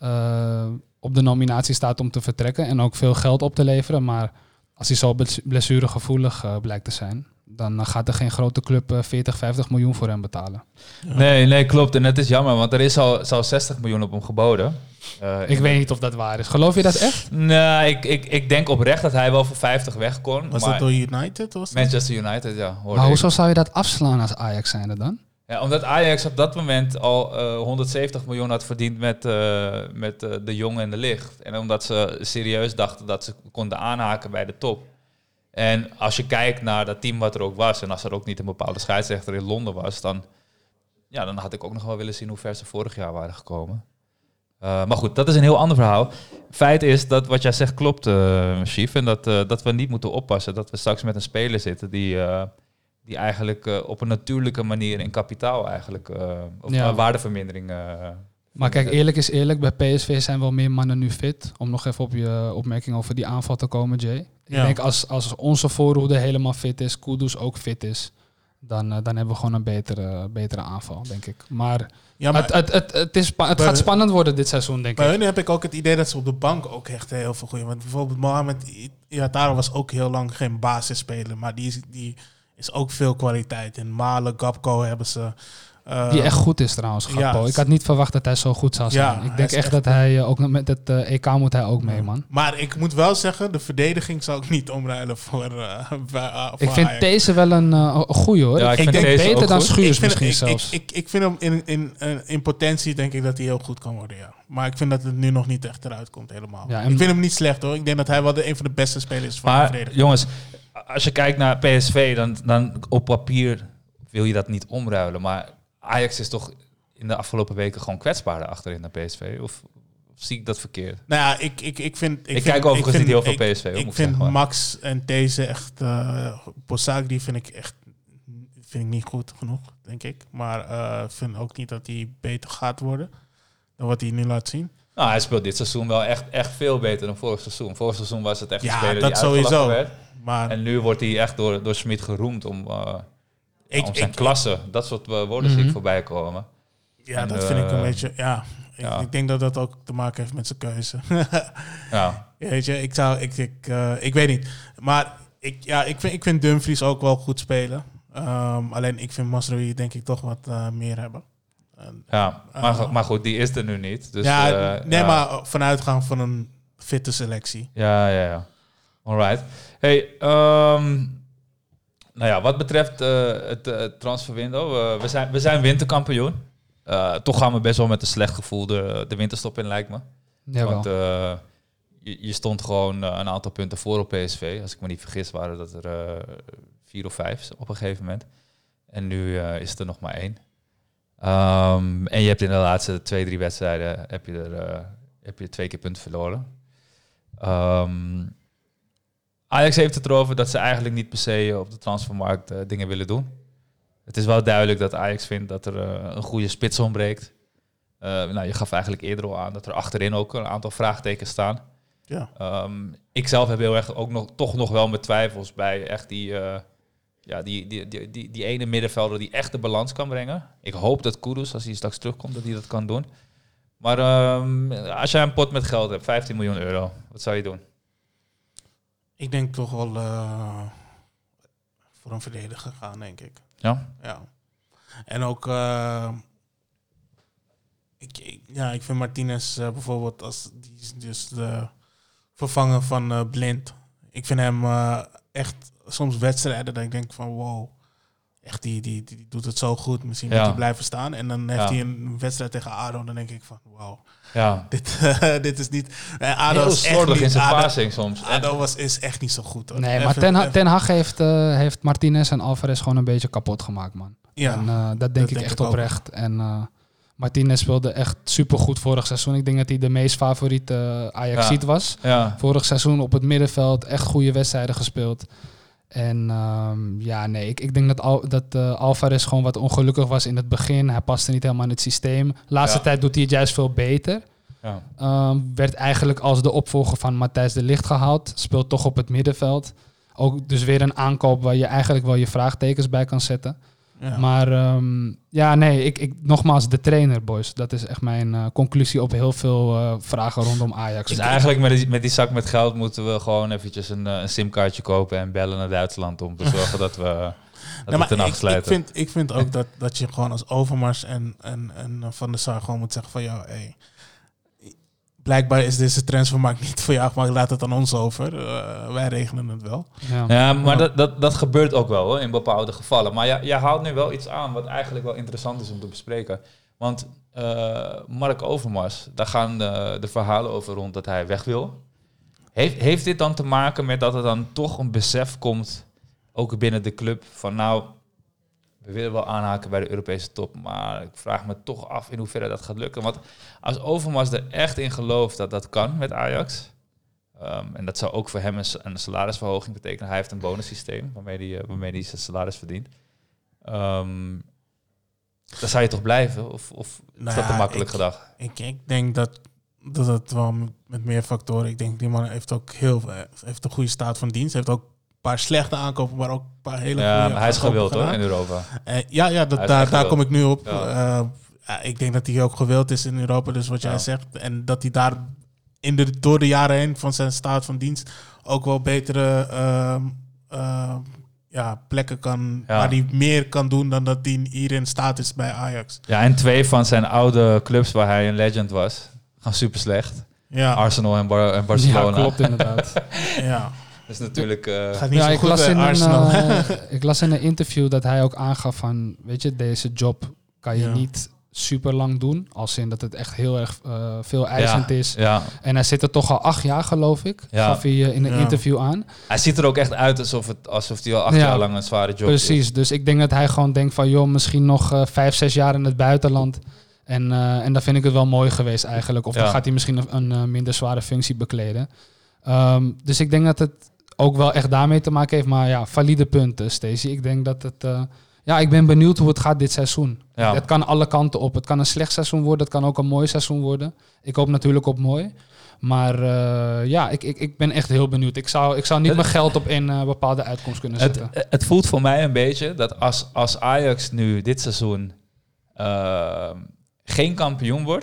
op de nominatie staat om te vertrekken en ook veel geld op te leveren. Maar als hij zo blessuregevoelig blijkt te zijn, dan gaat er geen grote club 40, 50 miljoen voor hem betalen. Ja. Nee, klopt. En het is jammer, want er is al 60 miljoen op hem geboden. Ik weet niet of dat waar is. Geloof je dat echt? Nee, ik denk oprecht dat hij wel voor 50 weg kon. Was dat door United? Manchester United, ja. Maar hoezo zou je dat afslaan als Ajax zijnde dan? Ja, omdat Ajax op dat moment al 170 miljoen had verdiend met de Jong en de Ligt. En omdat ze serieus dachten dat ze konden aanhaken bij de top. En als je kijkt naar dat team wat er ook was, en als er ook niet een bepaalde scheidsrechter in Londen was, dan had ik ook nog wel willen zien hoe ver ze vorig jaar waren gekomen. Maar goed, dat is een heel ander verhaal. Feit is dat wat jij zegt klopt, Chief. En dat we niet moeten oppassen dat we straks met een speler zitten die eigenlijk op een natuurlijke manier in kapitaal eigenlijk waardevermindering. Maar kijk, eerlijk is eerlijk, bij PSV zijn wel meer mannen nu fit. Om nog even op je opmerking over die aanval te komen, Jay. Ik denk als onze voorhoede helemaal fit is, Kudus ook fit is, dan hebben we gewoon een betere aanval, denk ik. Maar het gaat spannend worden dit seizoen, denk ik. Bij hun heb ik ook het idee dat ze op de bank ook echt heel veel goeie. Want bijvoorbeeld Mohamed Ihataro was ook heel lang geen basisspeler, maar die is ook veel kwaliteit. In Malen, Gapco hebben ze Die echt goed is trouwens, Gakpo. ja, Ik had niet verwacht dat hij zo goed zou zijn. Ja, ik hij denk is echt echt dat hij, ook met het EK moet hij ook mee, man. Maar ik moet wel zeggen, de verdediging zou ik niet omruilen voor Ik vind Ajax. deze wel een goeie, hoor. Ja, ik ik vind denk deze beter ook dan goed. Schuurs vind- misschien ik, zelfs. Ik vind hem in potentie, denk ik dat hij heel goed kan worden, ja. Maar ik vind dat het nu nog niet echt eruit komt, helemaal. Ja, en- Ik vind hem niet slecht, hoor. Ik denk dat hij wel een van de beste spelers is van de Maar verdediging. jongens, als je kijkt naar PSV, dan op papier wil je dat niet omruilen. Maar Ajax is toch in de afgelopen weken gewoon kwetsbaarder achterin naar PSV? Of zie ik dat verkeerd? Nou ja, ik vind... Ik kijk overigens niet heel veel PSV, hoor, Ik moet ik vind zeggen, maar. Max en deze echt... Bossaak, die vind ik niet goed genoeg, denk ik. Maar ik vind ook niet dat hij beter gaat worden dan wat hij nu laat zien. Nou, hij speelt dit seizoen wel echt veel beter dan vorig seizoen. Vorig seizoen was het echt een Ja, speler dat die uitgelachen sowieso. werd. Maar En nu wordt hij echt door Schmid geroemd om zijn ik- klasse. Dat soort woorden zie ik voorbij komen. ja, En, dat vind ik een beetje... Ja, ja. Ik denk dat dat ook te maken heeft met zijn keuze. Ja. Weet je, ik weet niet. Maar ik vind Dumfries ook wel goed spelen. Alleen ik vind Mazraoui denk ik toch wat meer hebben. Ja, maar goed, die is er nu niet. Dus, Maar vanuitgaan van een fitte selectie. Ja. Alright. Hey, nou ja, wat betreft het transferwindow, we zijn winterkampioen. Toch gaan we best wel met een slecht gevoel de winterstop in, lijkt me. Jawel. Want je stond gewoon een aantal punten voor op PSV. Als ik me niet vergis, waren dat er 4 of 5 op een gegeven moment. En nu is het er nog maar 1. En je hebt in de laatste 2-3 wedstrijden heb je 2 keer punten verloren. Ajax heeft het erover dat ze eigenlijk niet per se op de transfermarkt dingen willen doen. Het is wel duidelijk dat Ajax vindt dat er een goede spits ontbreekt. Je gaf eigenlijk eerder al aan dat er achterin ook een aantal vraagtekens staan. Ja. Ik zelf heb heel erg ook toch nog wel mijn twijfels bij echt die ene middenvelder die echt de balans kan brengen. Ik hoop dat Kudus, als hij straks terugkomt, dat hij dat kan doen. Maar als jij een pot met geld hebt, 15 miljoen euro, wat zou je doen? Ik denk toch wel voor een verdediger gaan, denk ik. Ja? Ja. En ook... ik vind Martinez bijvoorbeeld die is dus de vervanger van Blind. Ik vind hem echt soms wedstrijden dat ik denk van wow, echt die doet het zo goed. Misschien moet hij blijven staan. En dan heeft hij een wedstrijd tegen ADO. Dan denk ik van wow, dit is niet... ADO heel is echt slordig niet, in zijn ADO passing soms. ADO is echt niet zo goed, hoor. Nee, maar Ten Hag heeft Martinez en Alvarez gewoon een beetje kapot gemaakt, man. Ja, En dat denk ik echt ook. oprecht. En Martinez speelde echt supergoed vorig seizoen. Ik denk dat hij de meest favoriete Ajaxiet was. Ja. Vorig seizoen op het middenveld echt goede wedstrijden gespeeld. En ik denk dat Alvarez gewoon wat ongelukkig was in het begin. Hij paste niet helemaal in het systeem. Laatste tijd doet hij het juist veel beter. Ja. Werd eigenlijk als de opvolger van Matthijs de Ligt gehaald. Speelt toch op het middenveld. Ook dus weer een aankoop waar je eigenlijk wel je vraagtekens bij kan zetten. Ja. Maar nogmaals, de trainer, boys. Dat is echt mijn conclusie op heel veel vragen rondom Ajax. Dus eigenlijk met die zak met geld moeten we gewoon eventjes een simkaartje kopen en bellen naar Duitsland om te zorgen dat we ten afsluiten. Ik vind ook dat je gewoon als Overmars en Van der Sar gewoon moet zeggen van ja, blijkbaar is deze transfermarkt niet voor jou, maar laat het aan ons over. Wij regelen het wel. Ja, maar dat gebeurt ook wel, hoor, in bepaalde gevallen. Maar jij haalt nu wel iets aan wat eigenlijk wel interessant is om te bespreken. Want Mark Overmars, daar gaan de verhalen over rond dat hij weg wil. Heeft dit dan te maken met dat er dan toch een besef komt, ook binnen de club, van nou, we willen wel aanhaken bij de Europese top, maar ik vraag me toch af in hoeverre dat gaat lukken. Want als Overmars er echt in gelooft dat dat kan met Ajax, en dat zou ook voor hem een salarisverhoging betekenen. Hij heeft een bonussysteem waarmee hij zijn salaris verdient. Dan zou je toch blijven? Of is dat te makkelijk gedacht? Ik denk dat het wel met meer factoren. Ik denk die man heeft ook heeft een goede staat van dienst. Heeft ook een paar slechte aankopen, maar ook een paar hele goede. Ja, maar hij is gewild, hoor, gedaan. in Europa. Daar kom ik nu op. Ja. Ik denk dat hij ook gewild is in Europa, dus wat jij zegt. En dat hij daar door de jaren heen van zijn staat van dienst ook wel betere plekken kan... Ja. waar hij meer kan doen dan dat hij hier in staat is bij Ajax. Ja, en 2 van zijn oude clubs waar hij een legend was, gaan super slecht. Ja, Arsenal en Barcelona. Ja, klopt inderdaad. ja. Dat is natuurlijk... Gaat niet Ja, zo ik goed las, bij in Arsenal. ik las in een interview dat hij ook aangaf van, weet je, deze job kan je Ja. niet super lang doen. Als in dat het echt heel erg veel eisend is. Ja. En hij zit er toch al 8 jaar, geloof ik. Ja. Gaf hij in een Ja. interview aan. Hij ziet er ook echt uit alsof hij al 8 Ja. jaar lang een zware job is. Precies, dus ik denk dat hij gewoon denkt van, joh, misschien nog 5, 6 jaar in het buitenland. En dan vind ik het wel mooi geweest eigenlijk. Of dan Ja. gaat hij misschien een minder zware functie bekleden. Dus ik denk dat het ook wel echt daarmee te maken heeft. Maar ja, valide punten, Stacey. Ik denk dat het... ik ben benieuwd hoe het gaat dit seizoen. Ja. Het kan alle kanten op. Het kan een slecht seizoen worden. Het kan ook een mooi seizoen worden. Ik hoop natuurlijk op mooi. Maar ik ben echt heel benieuwd. Ik zou niet mijn geld op een bepaalde uitkomst kunnen zetten. Het voelt voor mij een beetje dat als Ajax nu dit seizoen geen kampioen wordt,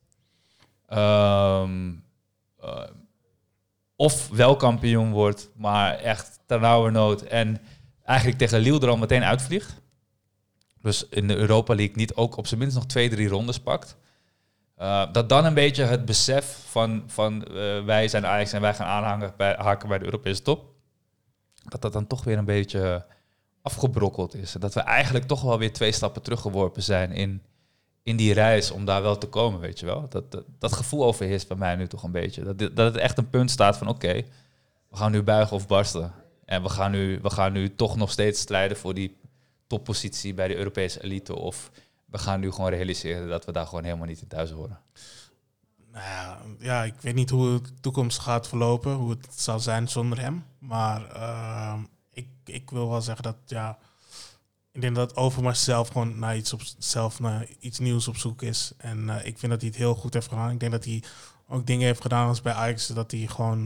of wel kampioen wordt, maar echt ternauwernood en eigenlijk tegen Lille er al meteen uitvliegt, dus in de Europa League niet ook op zijn minst nog 2-3 rondes pakt, dat dan een beetje het besef van wij zijn Ajax en wij gaan haken bij de Europese top, dat dan toch weer een beetje afgebrokkeld is. Dat we eigenlijk toch wel weer 2 stappen teruggeworpen zijn in die reis om daar wel te komen, weet je wel. Dat gevoel overheerst bij mij nu toch een beetje. Dat het echt een punt staat van oké, we gaan nu buigen of barsten. En we gaan nu toch nog steeds strijden voor die toppositie bij de Europese elite. Of we gaan nu gewoon realiseren dat we daar gewoon helemaal niet in thuis horen. Nou ja, ik weet niet hoe de toekomst gaat verlopen, hoe het zal zijn zonder hem. Maar ik wil wel zeggen dat, ik denk dat Overmars zelf gewoon naar iets nieuws op zoek is. En ik vind dat hij het heel goed heeft gedaan. Ik denk dat hij ook dingen heeft gedaan als bij Ajax, dat hij gewoon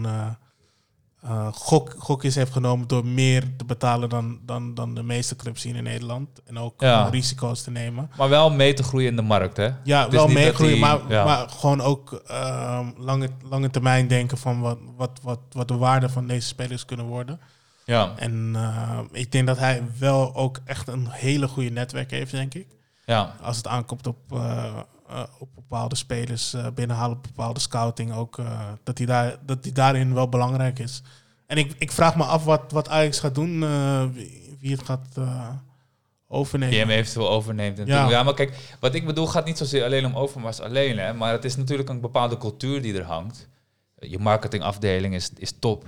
gokjes heeft genomen door meer te betalen dan de meeste clubs hier in Nederland. En ook risico's te nemen. Maar wel mee te groeien in de markt, hè? Ja, Het is wel niet meegroeien, dat hij- maar gewoon ook lange termijn denken van wat de waarde van deze spelers kunnen worden. Ja, En ik denk dat hij wel ook echt een hele goede netwerk heeft, denk ik. ja. Als het aankomt op bepaalde spelers, binnenhalen, bepaalde scouting ook, dat hij daarin wel belangrijk is. En ik vraag me af wat Ajax gaat doen, wie het gaat overnemen. Die hem eventueel overneemt. Ja, maar kijk, wat ik bedoel gaat niet zozeer alleen om Overmars alleen, hè, maar het is natuurlijk een bepaalde cultuur die er hangt. Je marketingafdeling is top.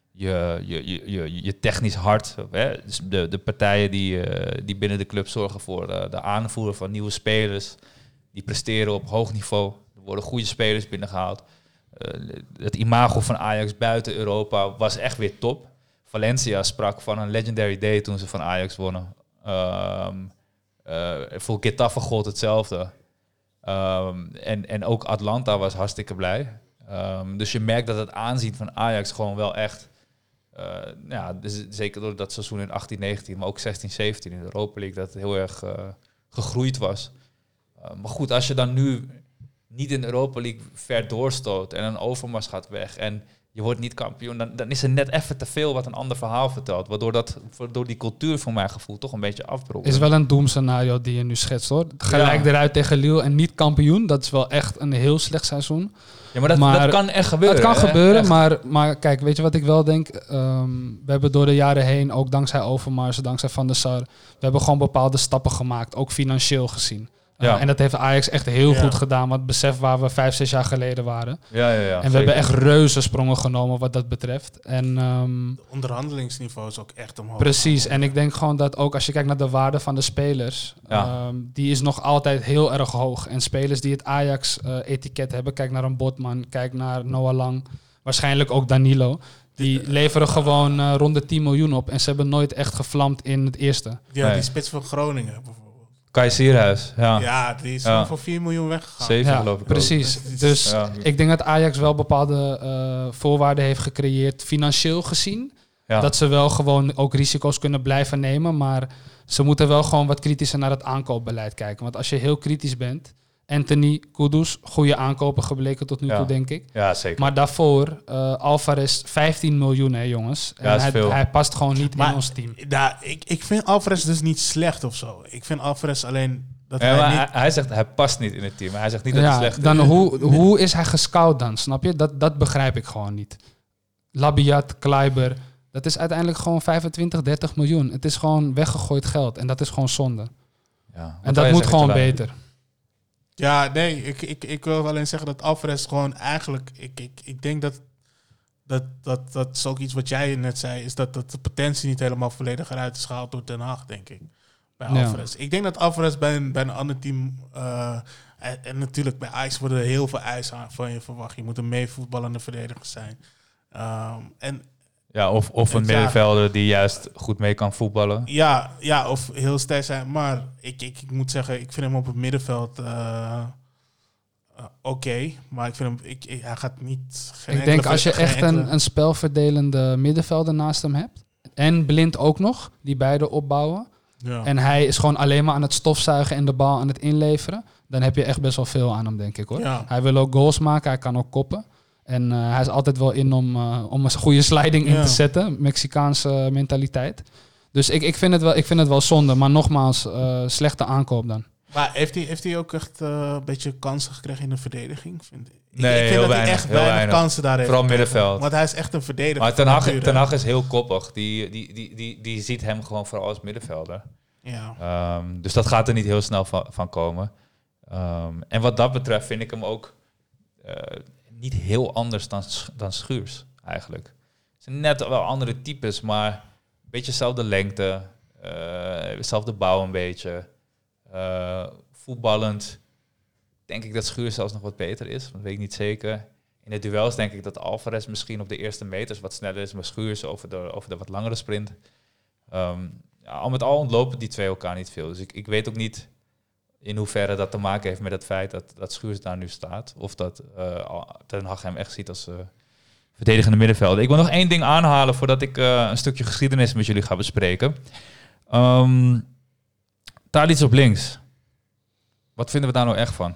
Je technisch hart, hè? Dus de partijen die binnen de club zorgen voor de aanvoer van nieuwe spelers, die presteren op hoog niveau. Er worden goede spelers binnengehaald. Het imago van Ajax buiten Europa was echt weer top. Valencia sprak van een legendary day toen ze van Ajax wonnen. Voor Getafe gold hetzelfde. En ook Atlanta was hartstikke blij. Dus je merkt dat het aanzien van Ajax gewoon wel echt... dus zeker door dat seizoen in 18-19, maar ook 16-17 in de Europa League, dat het heel erg gegroeid was. Maar goed, als je dan nu niet in de Europa League ver doorstoot en een Overmars gaat weg en je wordt niet kampioen, dan is er net even te veel wat een ander verhaal vertelt. Waardoor die cultuur voor mijn gevoel toch een beetje afbrokkelt. Is wel een doemscenario die je nu schetst, hoor. Gelijk eruit tegen Lille en niet kampioen. Dat is wel echt een heel slecht seizoen. Ja, maar dat kan echt gebeuren. Het kan hè? gebeuren, Echt. maar kijk, weet je wat ik wel denk? We hebben door de jaren heen, ook dankzij Overmars, dankzij Van der Sar, we hebben gewoon bepaalde stappen gemaakt, ook financieel gezien. Ja. En dat heeft Ajax echt heel Ja. goed gedaan, want besef waar we 5-6 jaar geleden waren. Ja, En we zeker. hebben echt reuze sprongen genomen wat dat betreft. En Het onderhandelingsniveau is ook echt omhoog. precies, en ik denk gewoon dat ook als je kijkt naar de waarde van de spelers, Ja. die is nog altijd heel erg hoog. En spelers die het Ajax-etiket hebben, kijk naar een Botman, kijk naar Noah Lang, waarschijnlijk ook Danilo. Die leveren gewoon rond de 10 miljoen op en ze hebben nooit echt gevlamd in het eerste. Ja, Nee. die spits van Groningen bijvoorbeeld. Kai Sierhuis, ja. Ja, die is Ja. voor 4 miljoen weggegaan. 7 Ja, geloof ik ook. precies. Dus Ja. ik denk dat Ajax wel bepaalde voorwaarden heeft gecreëerd, financieel gezien. Ja. Dat ze wel gewoon ook risico's kunnen blijven nemen. Maar ze moeten wel gewoon wat kritischer naar het aankoopbeleid kijken. Want als je heel kritisch bent Anthony, Kudus, goede aankopen gebleken tot nu Ja. toe, denk ik. Ja, zeker. Maar daarvoor, Alvarez, 15 miljoen, hè, jongens. Ja, is En veel. hij past gewoon niet Maar in ons team. ik vind Alvarez dus niet slecht of zo. Ik vind Alvarez alleen dat Ja, hij maar niet... hij zegt hij past niet in het team. Hij zegt niet dat hij Ja, slecht dan is. hoe is hij gescout dan, snap je? Dat begrijp ik gewoon niet. Labiat, Kleiber, dat is uiteindelijk gewoon 25, 30 miljoen. Het is gewoon weggegooid geld en dat is gewoon zonde. Ja, En wat dat wij moet zeggen, gewoon Jelani? Dus beter. Ja, nee, ik wil alleen zeggen dat Alvarez gewoon eigenlijk... Ik denk dat is ook iets wat jij net zei, is dat de potentie niet helemaal volledig eruit is gehaald door Den Haag, denk ik. Bij Ja. Alvarez. Ik denk dat Alvarez bij een ander team... en natuurlijk bij Ajax worden er heel veel eisen van je verwacht. Je moet een meevoetballende verdediger zijn. En Ja, of een Ja. middenvelder die juist goed mee kan voetballen. ja, of heel sterk zijn. Maar ik moet zeggen, ik vind hem op het middenveld oké. Maar ik vind hem, hij gaat niet... Ik denk als je echt een spelverdelende middenvelder naast hem hebt. En Blind ook nog, die beide opbouwen. Ja. En hij is gewoon alleen maar aan het stofzuigen en de bal aan het inleveren. Dan heb je echt best wel veel aan hem, denk ik, hoor. Ja. Hij wil ook goals maken, hij kan ook koppen. En hij is altijd wel in om een goede sliding in Ja. te zetten. Mexicaanse mentaliteit. Dus ik vind het wel zonde. Maar nogmaals, slechte aankoop dan. Maar heeft hij ook echt een beetje kansen gekregen in de verdediging? Nee, ik vind heel dat weinig, hij echt heel weinig weinig. kansen daar heeft. Vooral gekregen. middenveld. Want hij is echt een verdediger. Maar van nature. Ten Hag is heel koppig. Die ziet hem gewoon vooral als middenvelder. Ja. Dus dat gaat er niet heel snel van komen. En wat dat betreft vind ik hem ook niet heel anders dan Schuurs, eigenlijk. Het zijn net wel andere types, maar een beetje dezelfde lengte. Dezelfde bouw een beetje. Voetballend denk ik dat Schuurs zelfs nog wat beter is. Dat weet ik niet zeker. In de duels denk ik dat Alvarez misschien op de eerste meters wat sneller is, maar Schuurs over de wat langere sprint. Al met al ontlopen die twee elkaar niet veel. Dus ik weet ook niet in hoeverre dat te maken heeft met het feit dat Schuurs daar nu staat. Of dat Ten Hag hem echt ziet als verdedigende middenvelder. Ik wil nog één ding aanhalen voordat ik een stukje geschiedenis met jullie ga bespreken. Tadic op links. Wat vinden we daar nou echt van?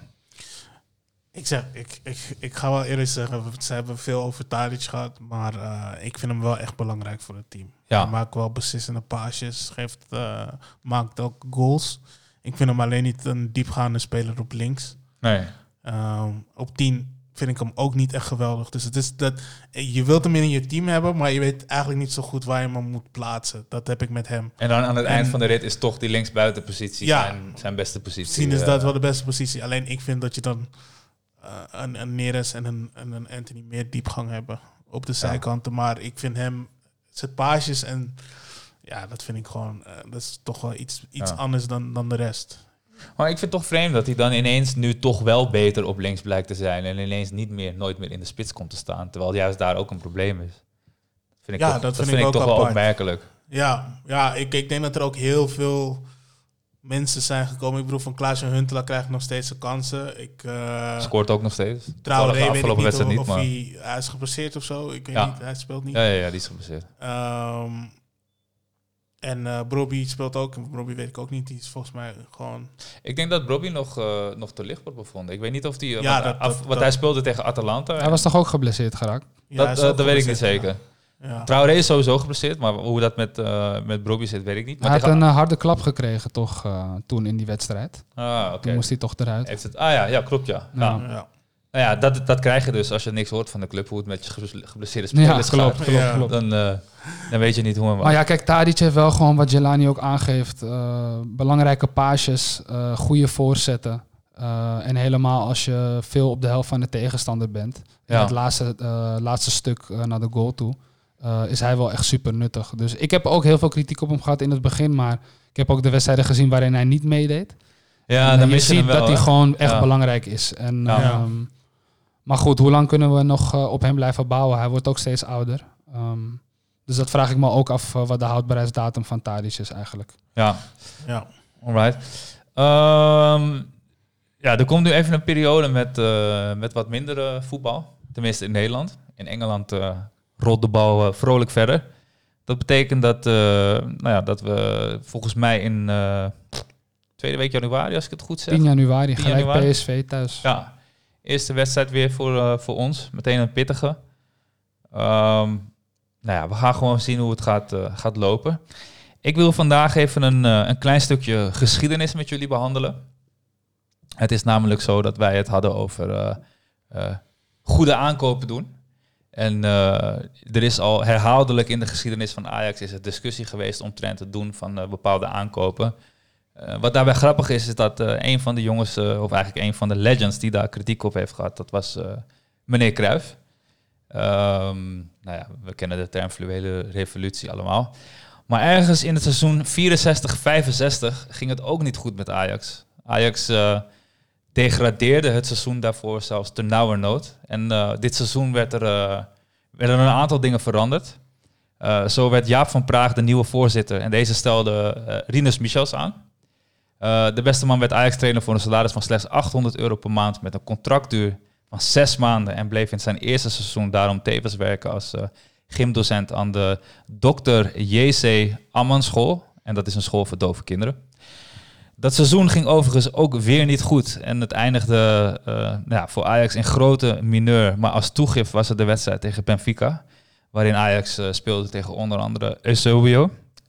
Ik ga wel eerlijk zeggen, ze hebben veel over Tadic gehad, maar ik vind hem wel echt belangrijk voor het team. Ja. Hij maakt wel beslissende paasjes, maakt ook goals. Ik vind hem alleen niet een diepgaande speler op links. Nee. Op 10 vind ik hem ook niet echt geweldig. Dus het is dat je wilt hem in je team hebben, maar je weet eigenlijk niet zo goed waar je hem moet plaatsen. Dat heb ik met hem. En dan aan het eind van de rit is toch die linksbuitenpositie Ja. zijn beste positie. Misschien is dat wel de beste positie. Alleen ik vind dat je dan een Neres en een Anthony meer diepgang hebben op de zijkanten. Maar ik vind hem, zijn paasjes en ja, dat vind ik gewoon, dat is toch wel iets anders dan de rest. Maar ik vind het toch vreemd dat hij dan ineens nu toch wel beter op links blijkt te zijn en ineens nooit meer in de spits komt te staan. Terwijl juist daar ook een probleem is. Dat vind ik toch wel apart. opmerkelijk. Ja, ik denk dat er ook heel veel mensen zijn gekomen. Ik bedoel, van Klaas en Huntelaar krijgt nog steeds zijn kansen. Scoort ook nog steeds. Traoré weet ik afgelopen niet wedstrijd of maar... hij is geblesseerd of zo. Ik weet Ja. niet, hij speelt niet. Ja, die is geblesseerd. En Brobbey speelt ook. Brobbey weet ik ook niet. Die is volgens mij gewoon... Ik denk dat Brobbey nog te licht wordt bevonden. Ik weet niet of die... Ja, hij speelde tegen Atalanta. Hij was toch ook geblesseerd geraakt? Ja, hij is ook dat weet ik niet geblesseerd, zeker. Ja. Traoré is sowieso geblesseerd, maar hoe dat met Brobbey zit, weet ik niet. Maar Hij had tegen- een harde klap gekregen toch toen in die wedstrijd. oké. Toen moest hij toch eruit. Heeft het... ja, klopt ja. Ja. Ja. Nou ja, dat krijg je dus als je niks hoort van de club, hoe het met je geblesseerde Ja, spelers klopt, gaat. klopt, Ja. klopt. Dan weet je niet hoe en wat. Maar ja, kijk, Tadic heeft wel gewoon wat Jelani ook aangeeft. Belangrijke paasjes, goede voorzetten. En helemaal als je veel op de helft van de tegenstander bent. En Ja. het laatste stuk naar de goal toe. Is hij wel echt super nuttig. Dus ik heb ook heel veel kritiek op hem gehad in het begin. Maar ik heb ook de wedstrijden gezien waarin hij niet meedeed. Ja, En dan je mis je ziet hem wel, dat hij hè? gewoon echt Ja. belangrijk is. En, Ja. maar goed, hoe lang kunnen we nog op hem blijven bouwen? Hij wordt ook steeds ouder. Dus dat vraag ik me ook af wat de houdbaarheidsdatum van Tadic is eigenlijk. Ja, Ja. alright. Ja, er komt nu even een periode met wat minder voetbal. Tenminste in Nederland. In Engeland rolt de bal vrolijk verder. Dat betekent dat we volgens mij in tweede week januari, als ik het goed zeg. 10 januari, 10 gelijk januari. PSV thuis. Ja, eerste wedstrijd weer voor ons. Meteen een pittige. We gaan gewoon zien hoe het gaat lopen. Ik wil vandaag even een klein stukje geschiedenis met jullie behandelen. Het is namelijk zo dat wij het hadden over goede aankopen doen. En er is al herhaaldelijk in de geschiedenis van Ajax is er discussie geweest omtrent het doen van bepaalde aankopen. Wat daarbij grappig is dat een van de jongens, of eigenlijk een van de legends die daar kritiek op heeft gehad, dat was meneer Cruijff. We kennen de term fluwele revolutie allemaal. Maar ergens in het seizoen 64-65 ging het ook niet goed met Ajax. Ajax degradeerde het seizoen daarvoor zelfs ternauwernood. En dit seizoen werden er een aantal dingen veranderd. Zo werd Jaap van Praag de nieuwe voorzitter. En deze stelde Rinus Michels aan. De beste man werd Ajax-trainer voor een salaris van slechts €800 per maand met een contractduur van 6 maanden en bleef in zijn eerste seizoen daarom tevens werken als gymdocent aan de Dr. J.C. Amman School. En dat is een school voor dove kinderen. Dat seizoen ging overigens ook weer niet goed. En het eindigde voor Ajax in grote mineur. Maar als toegift was het de wedstrijd tegen Benfica, waarin Ajax speelde tegen onder andere Eusebio.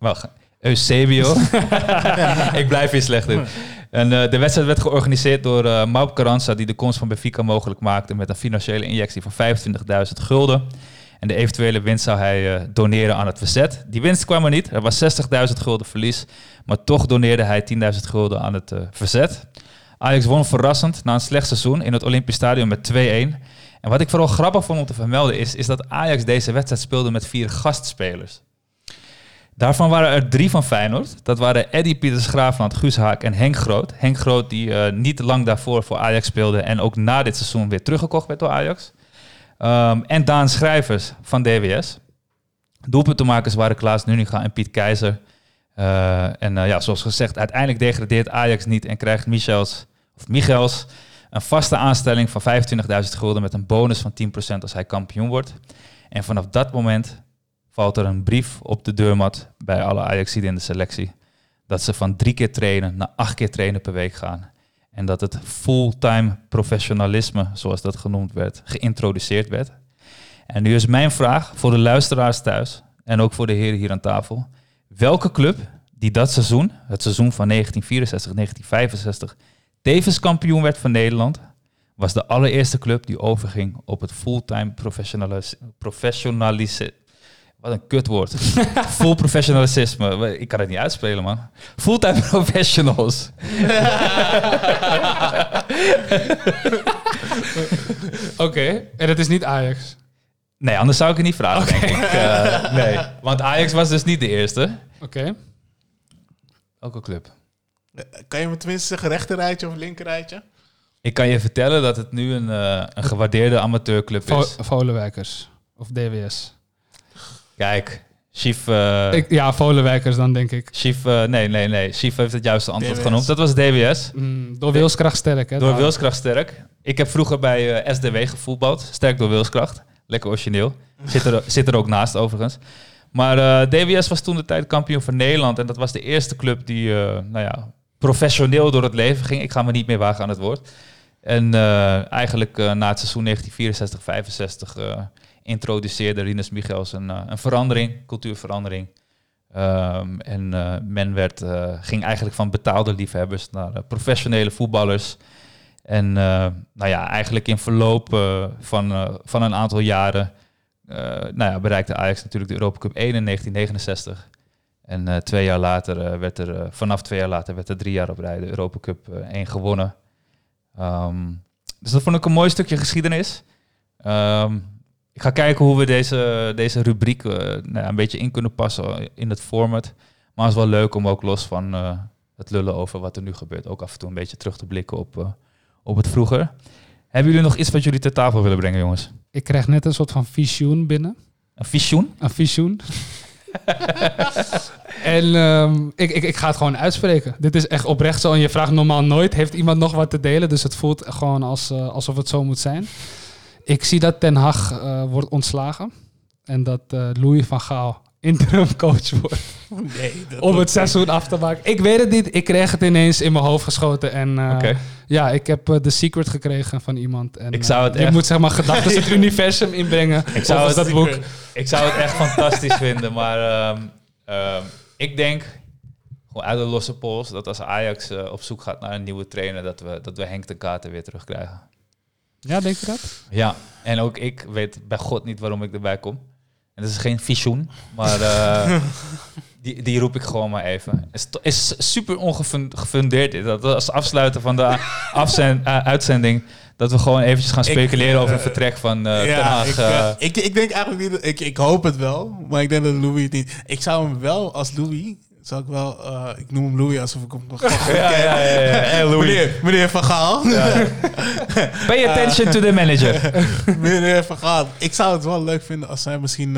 Ik blijf hier slecht in. En de wedstrijd werd georganiseerd door Maup Carranza, die de komst van Benfica mogelijk maakte met een financiële injectie van €25.000. En de eventuele winst zou hij doneren aan het verzet. Die winst kwam er niet. Er was €60.000 verlies, maar toch doneerde hij €10.000 aan het verzet. Ajax won verrassend na een slecht seizoen in het Olympisch Stadion met 2-1. En wat ik vooral grappig vond om te vermelden is dat Ajax deze wedstrijd speelde met 4 gastspelers. Daarvan waren er 3 van Feyenoord. Dat waren Eddy Pieters-Graafland, Guus Haak en Henk Groot. Henk Groot die niet lang daarvoor voor Ajax speelde en ook na dit seizoen weer teruggekocht werd door Ajax. En Daan Schrijvers van DWS. Doelpuntenmakers waren Klaas Nuninga en Piet Keizer. Zoals gezegd, uiteindelijk degradeert Ajax niet en krijgt Michels een vaste aanstelling van €25.000 met een bonus van 10% als hij kampioen wordt. En vanaf dat moment valt er een brief op de deurmat bij alle Ajaxiden in de selectie dat ze van 3 keer trainen naar 8 keer trainen per week gaan. En dat het fulltime professionalisme, zoals dat genoemd werd, geïntroduceerd werd. En nu is mijn vraag voor de luisteraars thuis en ook voor de heren hier aan tafel. Welke club die dat seizoen, het seizoen van 1964-1965, tevens kampioen werd van Nederland, was de allereerste club die overging op het fulltime professionalisme. Wat een kutwoord. Full professionalisme. Ik kan het niet uitspelen, man. Fulltime professionals. Oké, en het is niet Ajax. Nee, anders zou ik het niet vragen, denk ik. Nee, want Ajax was dus niet de eerste. Oké. Welke club? Kan je me tenminste zeggen rechterrijtje of linkerrijtje? Ik kan je vertellen dat het nu een gewaardeerde amateurclub is. Volenwijkers of DWS. Kijk, Chief... Volenwijkers dan, denk ik. Chief, nee. Chief heeft het juiste antwoord DWS. genoemd. Dat was DWS. Door wilskracht sterk, hè? Door wilskracht sterk. Ik heb vroeger bij SDW gevoetbald. Sterk door wilskracht. Lekker origineel. Zit er ook naast, overigens. Maar DWS was toen de tijd kampioen van Nederland. En dat was de eerste club die professioneel door het leven ging. Ik ga me niet meer wagen aan het woord. En eigenlijk na het seizoen 1964-65 introduceerde Rinus Michels een verandering, cultuurverandering. Men ging eigenlijk van betaalde liefhebbers naar professionele voetballers. En eigenlijk in verloop van een aantal jaren bereikte Ajax natuurlijk de Europa Cup 1 in 1969. En 2 jaar later vanaf 2 jaar later werd er 3 jaar op rij de Europa Cup 1 gewonnen. Dus dat vond ik een mooi stukje geschiedenis. Ik ga kijken hoe we deze rubriek een beetje in kunnen passen in het format. Maar het is wel leuk om ook los van het lullen over wat er nu gebeurt, ook af en toe een beetje terug te blikken op het vroeger. Hebben jullie nog iets wat jullie ter tafel willen brengen, jongens? Ik krijg net een soort van visioen binnen. Een visioen? Een visioen. En ik ga het gewoon uitspreken. Dit is echt oprecht zo. En je vraagt normaal nooit, heeft iemand nog wat te delen? Dus het voelt gewoon alsof het zo moet zijn. Ik zie dat Ten Hag wordt ontslagen. En dat Louis van Gaal interim coach wordt. Nee, dat Om het wordt- seizoen af te maken. Ik weet het niet. Ik kreeg het ineens in mijn hoofd geschoten. En Oké. ja, ik heb de secret gekregen van iemand. En, Ik zou het je echt- moet zeg maar gedachten het universum inbrengen. Ik zou Volgens het dat boek. Ik zou het echt fantastisch vinden, maar ik denk gewoon uit de losse pols dat als Ajax op zoek gaat naar een nieuwe trainer, dat we Henk de Kater weer terugkrijgen. Ja, denk je dat? Ja, en ook ik weet bij God niet waarom ik erbij kom. En dat is geen visioen, maar die roep ik gewoon maar even. Is super ongefundeerd dit. Dat we als afsluiten van de uitzending, dat we gewoon eventjes gaan speculeren over het vertrek van Ten Hag. ik denk eigenlijk niet... Ik hoop het wel, maar ik denk dat Louis het niet... Ik zou hem wel als Louis... Zou ik wel... ik noem hem Louis alsof ik hem nog ken. Ja. Hey, Louis. Meneer Van Gaal. Pay attention to the manager. Meneer Van Gaal. Ik zou het wel leuk vinden als hij misschien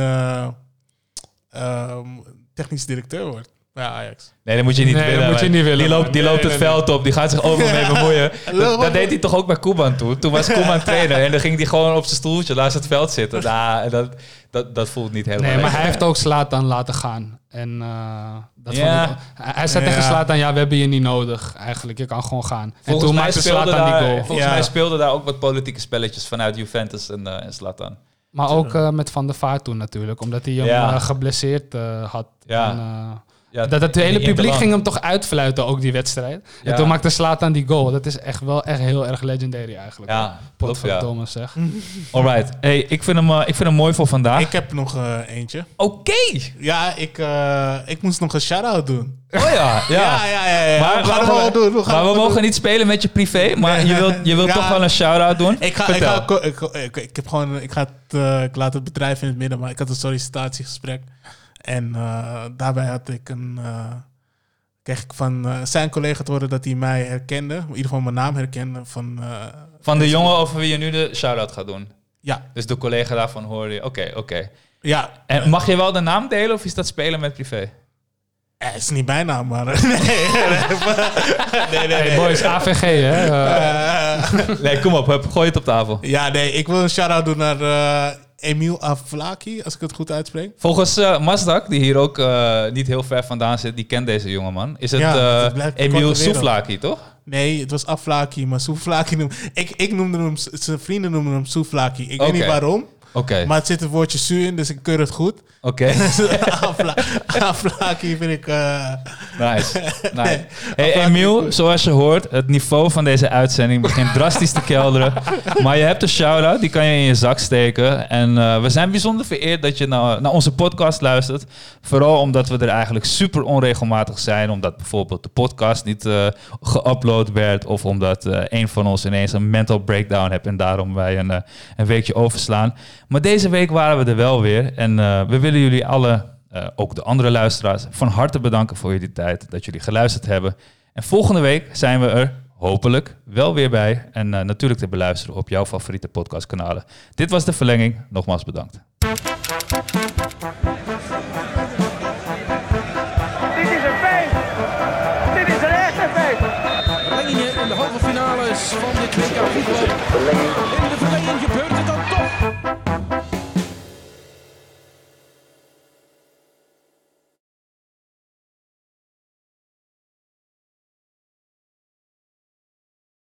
technisch directeur wordt bij Ajax. Nee, dat moet je niet Nee, willen. dat moet je man. niet willen, Die man. loopt het veld op, die gaat zich overal mee bemoeien. Lul, Dat deed hij toch ook bij Koeman toen? Toen was Koeman trainer en dan ging hij gewoon op zijn stoeltje naast het veld zitten. Nou, dat voelt niet helemaal Nee, maar lekker. hij heeft ook Zlatan laten gaan. En dat Ja. vond ik, hij zei tegen Zlatan, ja, we hebben je niet nodig eigenlijk. Je kan gewoon gaan. En Volgens toen mij maakte speelde Zlatan die daar- goal. Volgens mij speelden daar ook wat politieke spelletjes vanuit Juventus en Zlatan. Maar ook met Van der Vaart toen natuurlijk. Omdat hij hem Ja. geblesseerd had. Ja. En, Ja, dat het hele in publiek Interland. ging hem toch uitfluiten, ook die wedstrijd. Ja. En toen maakte Zlatan die goal. Dat is echt wel echt heel erg legendary eigenlijk. Ja, klopt, ja. Potverdomme zeg. Alright. Hey, ik vind hem mooi voor vandaag. Ik heb nog eentje. Oké. Ja, ik moest nog een shout-out doen. Oh ja. Ja. Maar we gaan het gewoon doen. Maar we mogen niet spelen met je privé. Maar je wilt Ja. toch wel een shout-out doen? Vertel. Ik laat het bedrijf in het midden, maar ik had een sollicitatiegesprek. En daarbij kreeg ik van zijn collega te horen dat hij mij herkende. In ieder geval mijn naam herkende. Van de jongen over wie je nu de shout-out gaat doen. Ja, Dus de collega daarvan hoorde je. Oké. ja. En mag je wel de naam delen of is dat spelen met privé? Het is niet mijn naam, maar... nee. Hey boys, AVG hè. Nee, kom op. Gooi het op tafel. Ja, nee, ik wil een shout-out doen naar Emil Aflaki, als ik het goed uitspreek. Volgens Mazdak, die hier ook niet heel ver vandaan zit, die kent deze jongeman. Is het Ja, het blijft een Emil korte wereld. Souflaki, toch? Nee, het was Aflaki, maar Souflaki noemde... Ik noemde hem... Zijn vrienden noemden hem Souflaki. Ik weet Oké. niet waarom, Oké. maar het zit een woordje su in, dus ik keur het goed. Oké. Aflaki vind ik... Nice. Hey, Aflaki Emiel, is goed. zoals je hoort, het niveau van deze uitzending begint drastisch te kelderen. Maar je hebt een shout-out, die kan je in je zak steken. En we zijn bijzonder vereerd dat je naar onze podcast luistert. Vooral omdat we er eigenlijk super onregelmatig zijn. Omdat bijvoorbeeld de podcast niet geüpload werd. Of omdat een van ons ineens een mental breakdown heeft en daarom wij een weekje overslaan. Maar deze week waren we er wel weer. En we willen jullie alle... ook de andere luisteraars, van harte bedanken voor jullie tijd, dat jullie geluisterd hebben. En volgende week zijn we er hopelijk wel weer bij. En natuurlijk te beluisteren op jouw favoriete podcastkanalen. Dit was De Verlenging. Nogmaals bedankt. Dit is een feest. Dit is een echte feest. Verlengingen in de halve finales van dit WK voetbal.